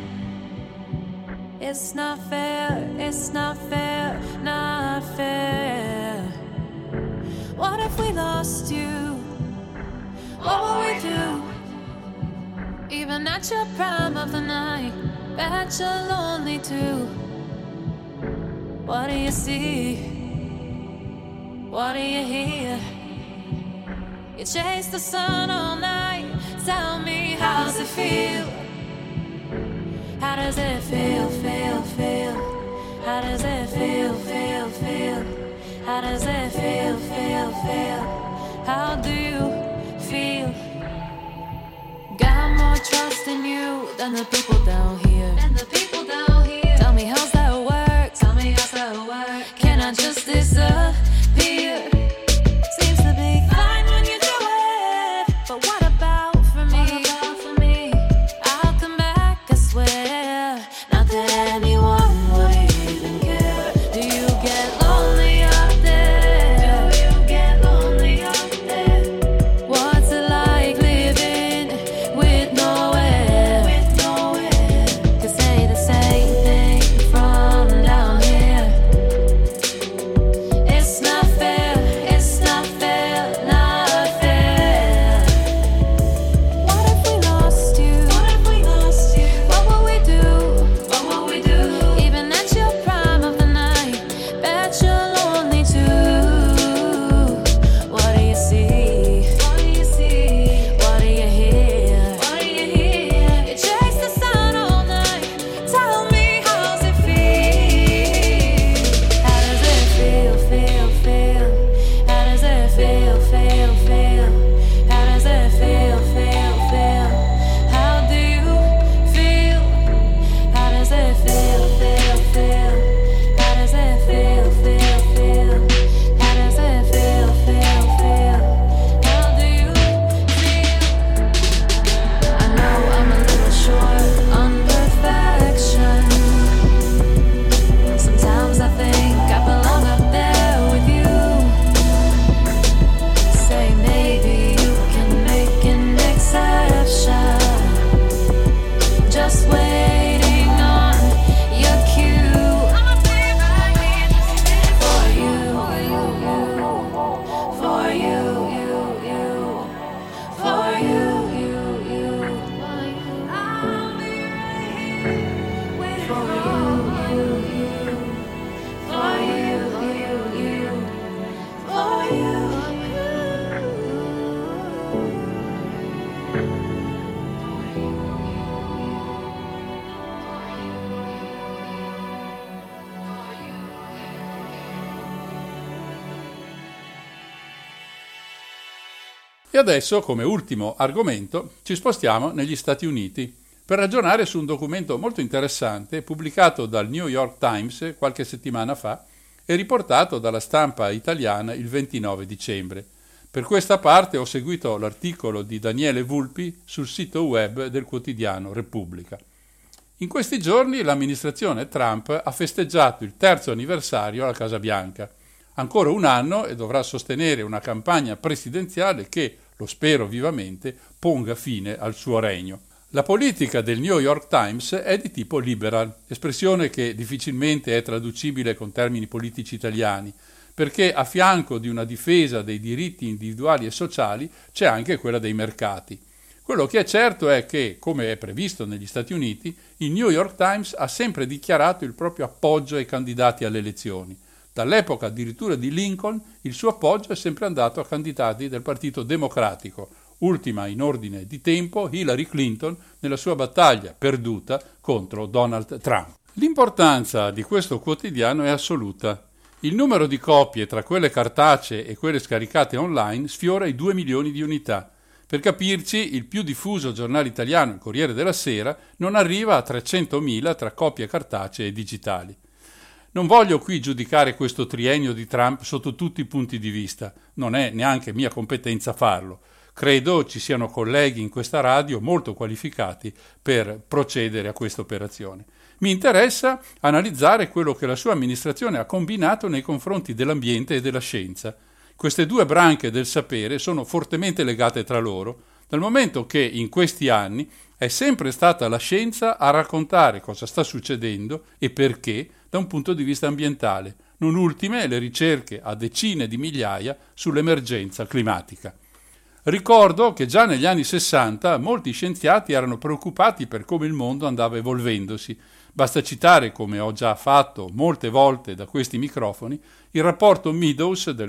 It's not fair, it's not fair, not fair. What if we lost you? What would we do? Even at your prime of the night, bet you're lonely too. What do you see? What do you hear? You chase the sun all night. Tell me, how's it feel? How does it feel, feel, feel? How does it feel, feel, feel? How does it feel, feel, feel? How do you feel? Got more trust in you than the people down here. Than the people down here. Tell me, how's that work? Tell me, how's that work? Can I just disappear? Seems to be fine when you do it, but what about for me? What about for me? I'll come back, I swear. Not that anyone would even care. Do you get lonely out there? Do you get lonely out there? What's it like living with nowhere? With nowhere. To say the same thing from down here. It's not fair, it's not fair, not fair. What if we lost you? What if we lost you? What would we do? What would we do? Even at your prime of the night, bet you're lonely too. What do you see? What do you see? What do you hear? What do you hear? You chase the sun all night. Tell me, how's it feel? How does it feel, feel, feel? How does it feel, feel, feel? How does it feel, feel, feel? How do you feel? How does it feel, feel, feel? How does it feel, feel, feel? How does it feel, feel, feel? How do you feel? I know I'm a little short on perfection. Sometimes I think I belong up there with you. Say maybe you can make an exception. Just waiting on your cue. I'ma be right here for you, for you, for you, I'll be right here waiting for you, for you, for E adesso, come ultimo argomento, ci spostiamo negli Stati Uniti per ragionare su un documento molto interessante pubblicato dal New York Times qualche settimana fa e riportato dalla stampa italiana il 29 dicembre. Per questa parte ho seguito l'articolo di Daniele Vulpi sul sito web del quotidiano Repubblica. In questi giorni l'amministrazione Trump ha festeggiato il 3° anniversario alla Casa Bianca. Ancora un anno e dovrà sostenere una campagna presidenziale che, lo spero vivamente, ponga fine al suo regno. La politica del New York Times è di tipo liberal, espressione che difficilmente è traducibile con termini politici italiani, perché a fianco di una difesa dei diritti individuali e sociali c'è anche quella dei mercati. Quello che è certo è che, come è previsto negli Stati Uniti, il New York Times ha sempre dichiarato il proprio appoggio ai candidati alle elezioni. Dall'epoca addirittura di Lincoln il suo appoggio è sempre andato a candidati del Partito Democratico, ultima in ordine di tempo Hillary Clinton nella sua battaglia perduta contro Donald Trump. L'importanza di questo quotidiano è assoluta. Il numero di copie tra quelle cartacee e quelle scaricate online sfiora i 2 milioni di unità. Per capirci, il più diffuso giornale italiano, il Corriere della Sera, non arriva a 300.000 tra copie cartacee e digitali. Non voglio qui giudicare questo triennio di Trump sotto tutti i punti di vista, non è neanche mia competenza farlo. Credo ci siano colleghi in questa radio molto qualificati per procedere a questa operazione. Mi interessa analizzare quello che la sua amministrazione ha combinato nei confronti dell'ambiente e della scienza. Queste due branche del sapere sono fortemente legate tra loro, dal momento che in questi anni È sempre stata la scienza a raccontare cosa sta succedendo e perché da un punto di vista ambientale, non ultime le ricerche a decine di migliaia sull'emergenza climatica. Ricordo che già negli anni 60 molti scienziati erano preoccupati per come il mondo andava evolvendosi. Basta citare, come ho già fatto molte volte da questi microfoni, il rapporto Meadows del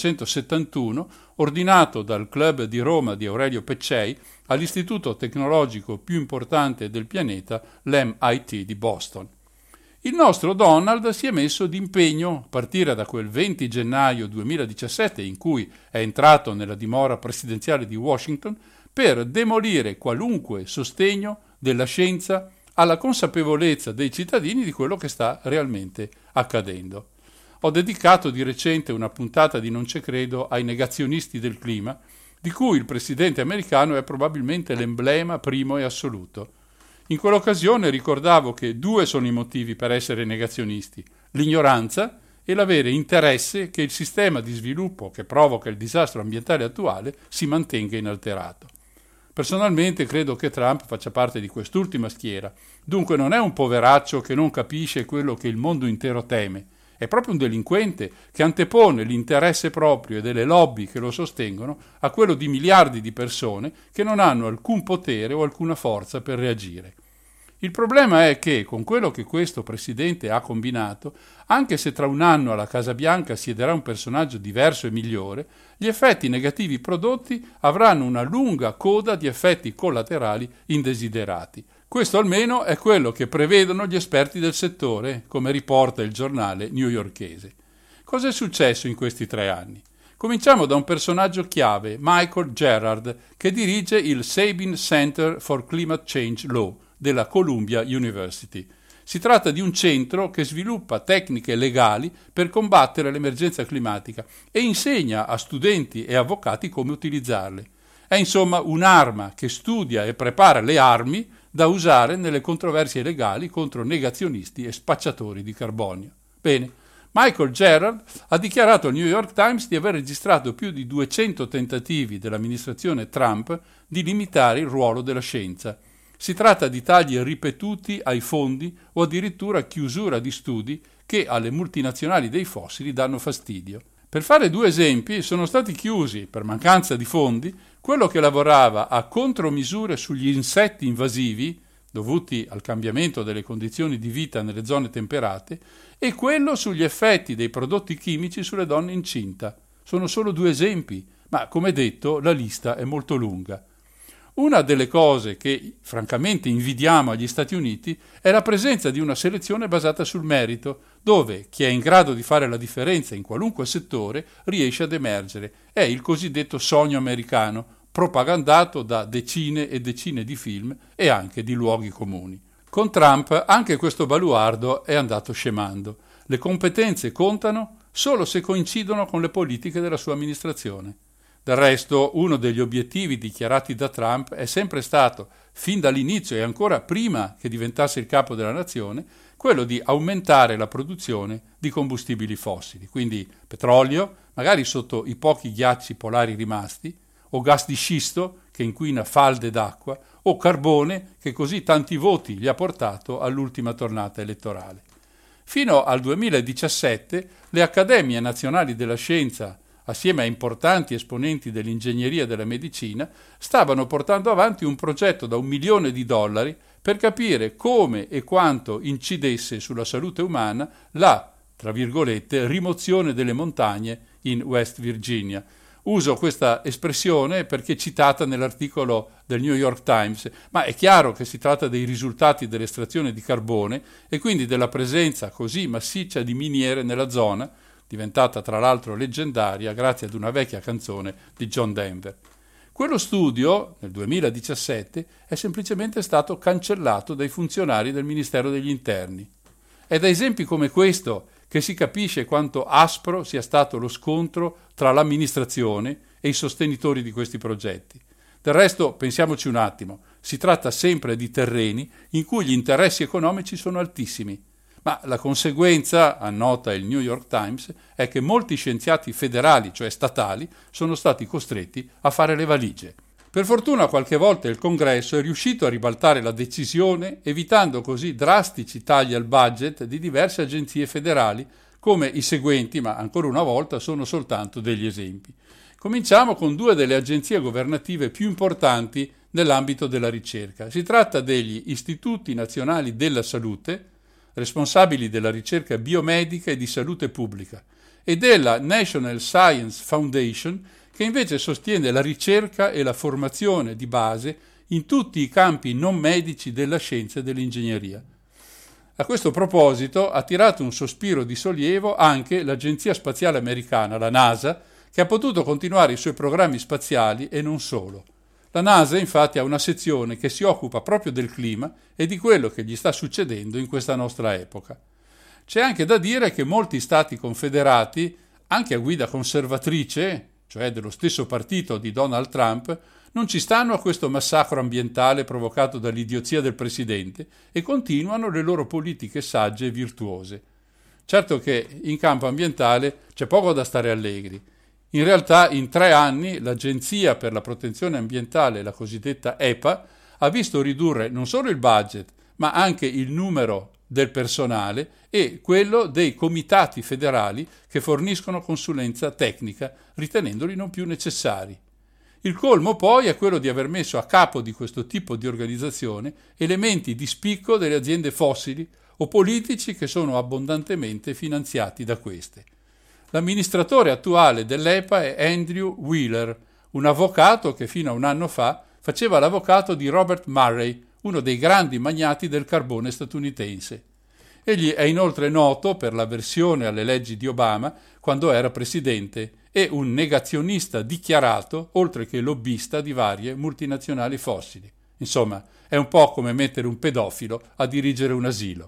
1971, ordinato dal club di Roma di Aurelio Peccei all'istituto tecnologico più importante del pianeta, l'MIT di Boston. Il nostro Donald si è messo d'impegno a partire da quel 20 gennaio 2017 in cui è entrato nella dimora presidenziale di Washington per demolire qualunque sostegno della scienza alla consapevolezza dei cittadini di quello che sta realmente accadendo. Ho dedicato di recente una puntata di Non ci credo ai negazionisti del clima, di cui il presidente americano è probabilmente l'emblema primo e assoluto. In quell'occasione ricordavo che 2 sono i motivi per essere negazionisti: l'ignoranza e l'avere interesse che il sistema di sviluppo che provoca il disastro ambientale attuale si mantenga inalterato. Personalmente credo che Trump faccia parte di quest'ultima schiera, dunque non è un poveraccio che non capisce quello che il mondo intero teme, è proprio un delinquente che antepone l'interesse proprio e delle lobby che lo sostengono a quello di miliardi di persone che non hanno alcun potere o alcuna forza per reagire. Il problema è che, con quello che questo presidente ha combinato, anche se tra un anno alla Casa Bianca siederà un personaggio diverso e migliore, gli effetti negativi prodotti avranno una lunga coda di effetti collaterali indesiderati. Questo almeno è quello che prevedono gli esperti del settore, come riporta il giornale newyorkese. Cosa è successo in questi 3 anni? Cominciamo da un personaggio chiave, Michael Gerard, che dirige il Sabin Center for Climate Change Law della Columbia University. Si tratta di un centro che sviluppa tecniche legali per combattere l'emergenza climatica e insegna a studenti e avvocati come utilizzarle. È insomma un'arma che studia e prepara le armi da usare nelle controversie legali contro negazionisti e spacciatori di carbonio. Bene, Michael Gerard ha dichiarato al New York Times di aver registrato più di 200 tentativi dell'amministrazione Trump di limitare il ruolo della scienza. Si tratta di tagli ripetuti ai fondi o addirittura chiusura di studi che alle multinazionali dei fossili danno fastidio. Per fare 2 esempi, sono stati chiusi, per mancanza di fondi, quello che lavorava a contromisure sugli insetti invasivi, dovuti al cambiamento delle condizioni di vita nelle zone temperate, e quello sugli effetti dei prodotti chimici sulle donne incinta. Sono solo 2 esempi, ma come detto la lista è molto lunga. Una delle cose che francamente invidiamo agli Stati Uniti è la presenza di una selezione basata sul merito, dove chi è in grado di fare la differenza in qualunque settore riesce ad emergere. È il cosiddetto sogno americano, propagandato da decine e decine di film e anche di luoghi comuni. Con Trump anche questo baluardo è andato scemando. Le competenze contano solo se coincidono con le politiche della sua amministrazione. Del resto, uno degli obiettivi dichiarati da Trump è sempre stato, fin dall'inizio e ancora prima che diventasse il capo della nazione, quello di aumentare la produzione di combustibili fossili, quindi petrolio, magari sotto i pochi ghiacci polari rimasti, o gas di scisto che inquina falde d'acqua, o carbone che così tanti voti gli ha portato all'ultima tornata elettorale. Fino al 2017 le Accademie Nazionali della Scienza, assieme a importanti esponenti dell'ingegneria e della medicina, stavano portando avanti un progetto da $1 milione per capire come e quanto incidesse sulla salute umana la, tra virgolette, rimozione delle montagne in West Virginia. Uso questa espressione perché citata nell'articolo del New York Times, ma è chiaro che si tratta dei risultati dell'estrazione di carbone e quindi della presenza così massiccia di miniere nella zona, diventata tra l'altro leggendaria grazie ad una vecchia canzone di John Denver. Quello studio, nel 2017, è semplicemente stato cancellato dai funzionari del Ministero degli Interni. È da esempi come questo che si capisce quanto aspro sia stato lo scontro tra l'amministrazione e i sostenitori di questi progetti. Del resto, pensiamoci un attimo, si tratta sempre di terreni in cui gli interessi economici sono altissimi. Ma la conseguenza, annota il New York Times, è che molti scienziati federali, cioè statali, sono stati costretti a fare le valigie. Per fortuna qualche volta il Congresso è riuscito a ribaltare la decisione, evitando così drastici tagli al budget di diverse agenzie federali, come i seguenti, ma ancora una volta sono soltanto degli esempi. Cominciamo con due delle agenzie governative più importanti nell'ambito della ricerca. Si tratta degli Istituti Nazionali della Salute, responsabili della ricerca biomedica e di salute pubblica, e della National Science Foundation, che invece sostiene la ricerca e la formazione di base in tutti i campi non medici della scienza e dell'ingegneria. A questo proposito ha tirato un sospiro di sollievo anche l'Agenzia Spaziale Americana, la NASA, che ha potuto continuare i suoi programmi spaziali e non solo. La NASA infatti ha una sezione che si occupa proprio del clima e di quello che gli sta succedendo in questa nostra epoca. C'è anche da dire che molti stati confederati, anche a guida conservatrice, cioè dello stesso partito di Donald Trump, non ci stanno a questo massacro ambientale provocato dall'idiozia del presidente e continuano le loro politiche sagge e virtuose. Certo che in campo ambientale c'è poco da stare allegri. In realtà in 3 anni l'Agenzia per la Protezione Ambientale, la cosiddetta EPA, ha visto ridurre non solo il budget, ma anche il numero del personale e quello dei comitati federali che forniscono consulenza tecnica, ritenendoli non più necessari. Il colmo poi è quello di aver messo a capo di questo tipo di organizzazione elementi di spicco delle aziende fossili o politici che sono abbondantemente finanziati da queste. L'amministratore attuale dell'EPA è Andrew Wheeler, un avvocato che fino a un anno fa faceva l'avvocato di Robert Murray, uno dei grandi magnati del carbone statunitense. Egli è inoltre noto per l'avversione alle leggi di Obama quando era presidente e un negazionista dichiarato, oltre che lobbista di varie multinazionali fossili. Insomma, è un po' come mettere un pedofilo a dirigere un asilo.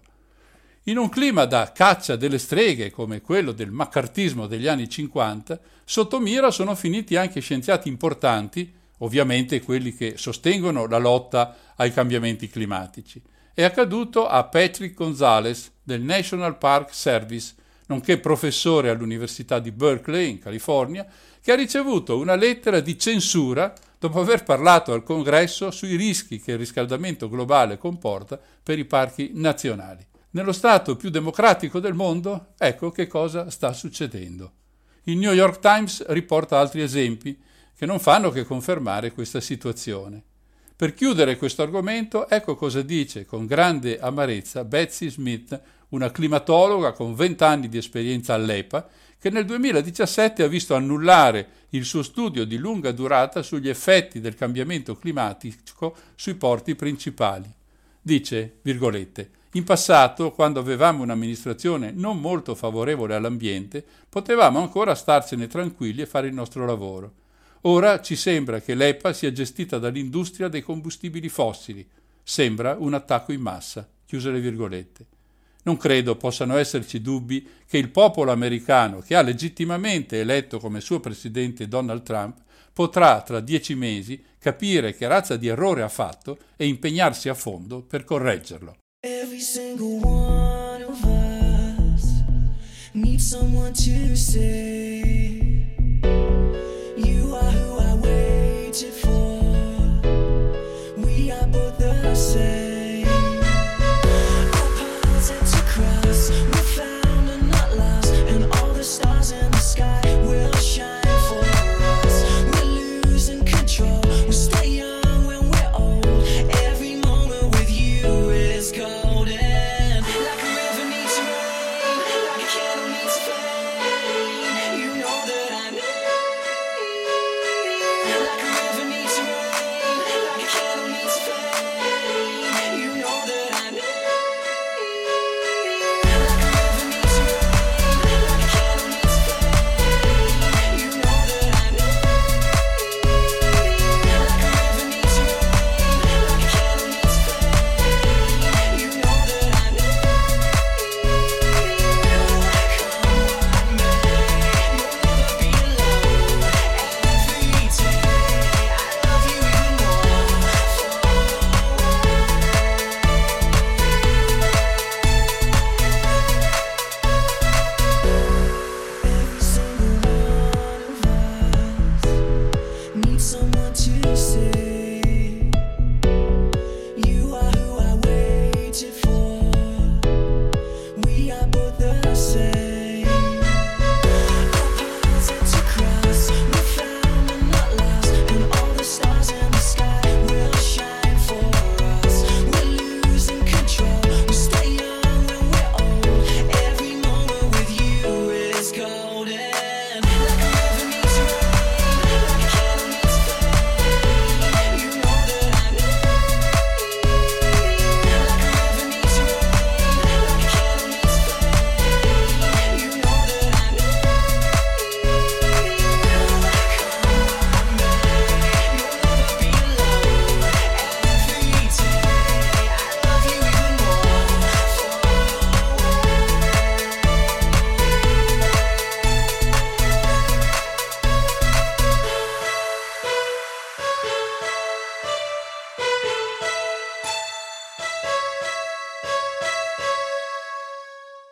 In un clima da caccia delle streghe come quello del maccartismo degli anni 50, sotto mira sono finiti anche scienziati importanti, ovviamente quelli che sostengono la lotta ai cambiamenti climatici. È accaduto a Patrick Gonzalez del National Park Service, nonché professore all'Università di Berkeley in California, che ha ricevuto una lettera di censura dopo aver parlato al Congresso sui rischi che il riscaldamento globale comporta per i parchi nazionali. Nello Stato più democratico del mondo, ecco che cosa sta succedendo. Il New York Times riporta altri esempi che non fanno che confermare questa situazione. Per chiudere questo argomento, ecco cosa dice con grande amarezza Betsy Smith, una climatologa con 20 anni di esperienza all'EPA, che nel 2017 ha visto annullare il suo studio di lunga durata sugli effetti del cambiamento climatico sui porti principali. Dice, virgolette, in passato, quando avevamo un'amministrazione non molto favorevole all'ambiente, potevamo ancora starsene tranquilli e fare il nostro lavoro. Ora ci sembra che l'EPA sia gestita dall'industria dei combustibili fossili. Sembra un attacco in massa. Chiuse le virgolette. Non credo possano esserci dubbi che il popolo americano, che ha legittimamente eletto come suo presidente Donald Trump, potrà tra 10 mesi capire che razza di errore ha fatto e impegnarsi a fondo per correggerlo. Every single one of us needs someone to say, you are who I waited for, we are both the same. Our paths had to cross, we're found and not lost, and all the stars in the sky will shine for us. We're losing control, we'll stay young when we're old, every moment with you is golden. Like a river needs rain, like a candle needs flame, you know that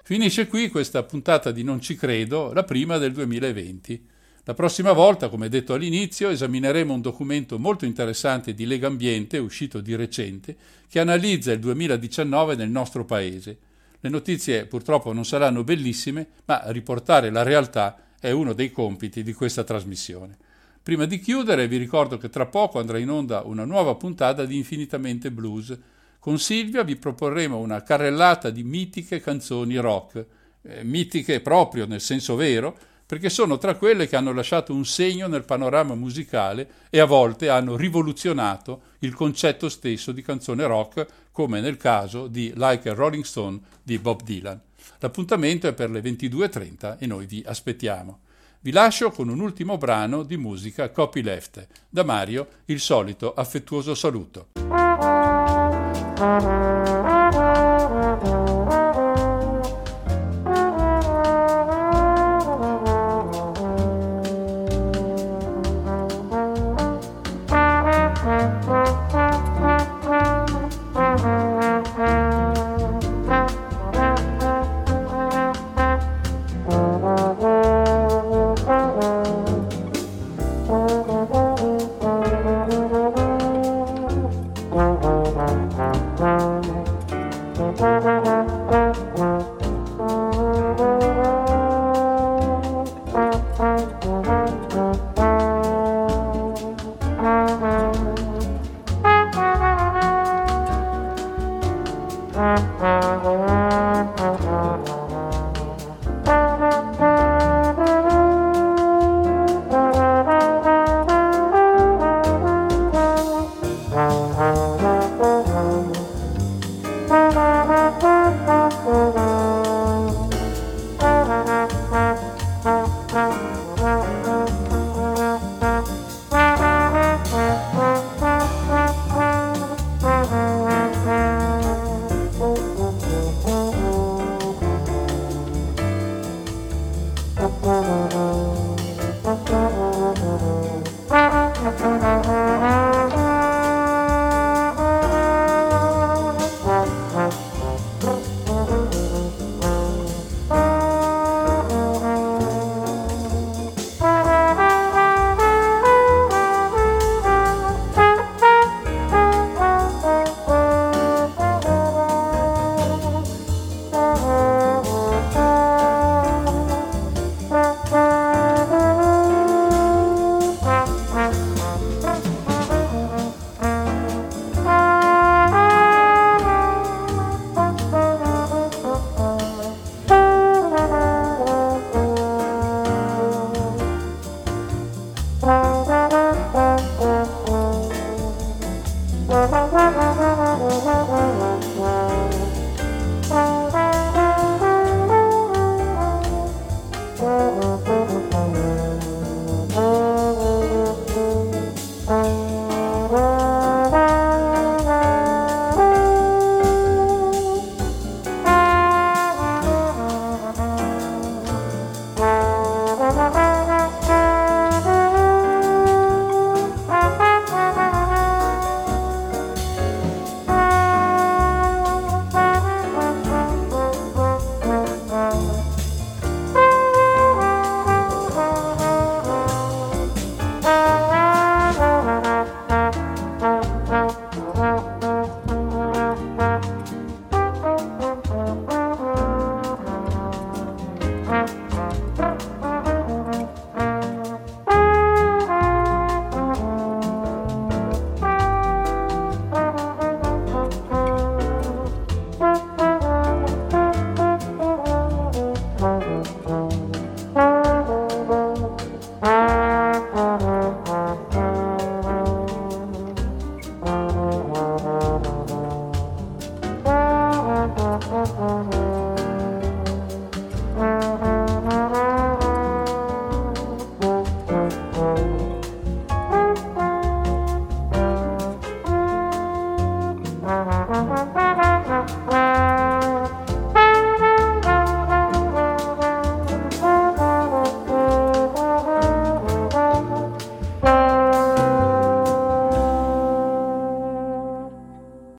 Finisce qui questa puntata di Non ci credo, la prima del 2020. La prossima volta, come detto all'inizio, esamineremo un documento molto interessante di Legambiente, uscito di recente, che analizza il 2019 nel nostro paese. Le notizie purtroppo non saranno bellissime, ma riportare la realtà è uno dei compiti di questa trasmissione. Prima di chiudere vi ricordo che tra poco andrà in onda una nuova puntata di Infinitamente Blues. Con Silvia vi proporremo una carrellata di mitiche canzoni rock, mitiche proprio nel senso vero, perché sono tra quelle che hanno lasciato un segno nel panorama musicale e a volte hanno rivoluzionato il concetto stesso di canzone rock, come nel caso di Like a Rolling Stone di Bob Dylan. L'appuntamento è per le 22:30 e noi vi aspettiamo. Vi lascio con un ultimo brano di musica copyleft. Da Mario il solito affettuoso saluto. Mm-hmm.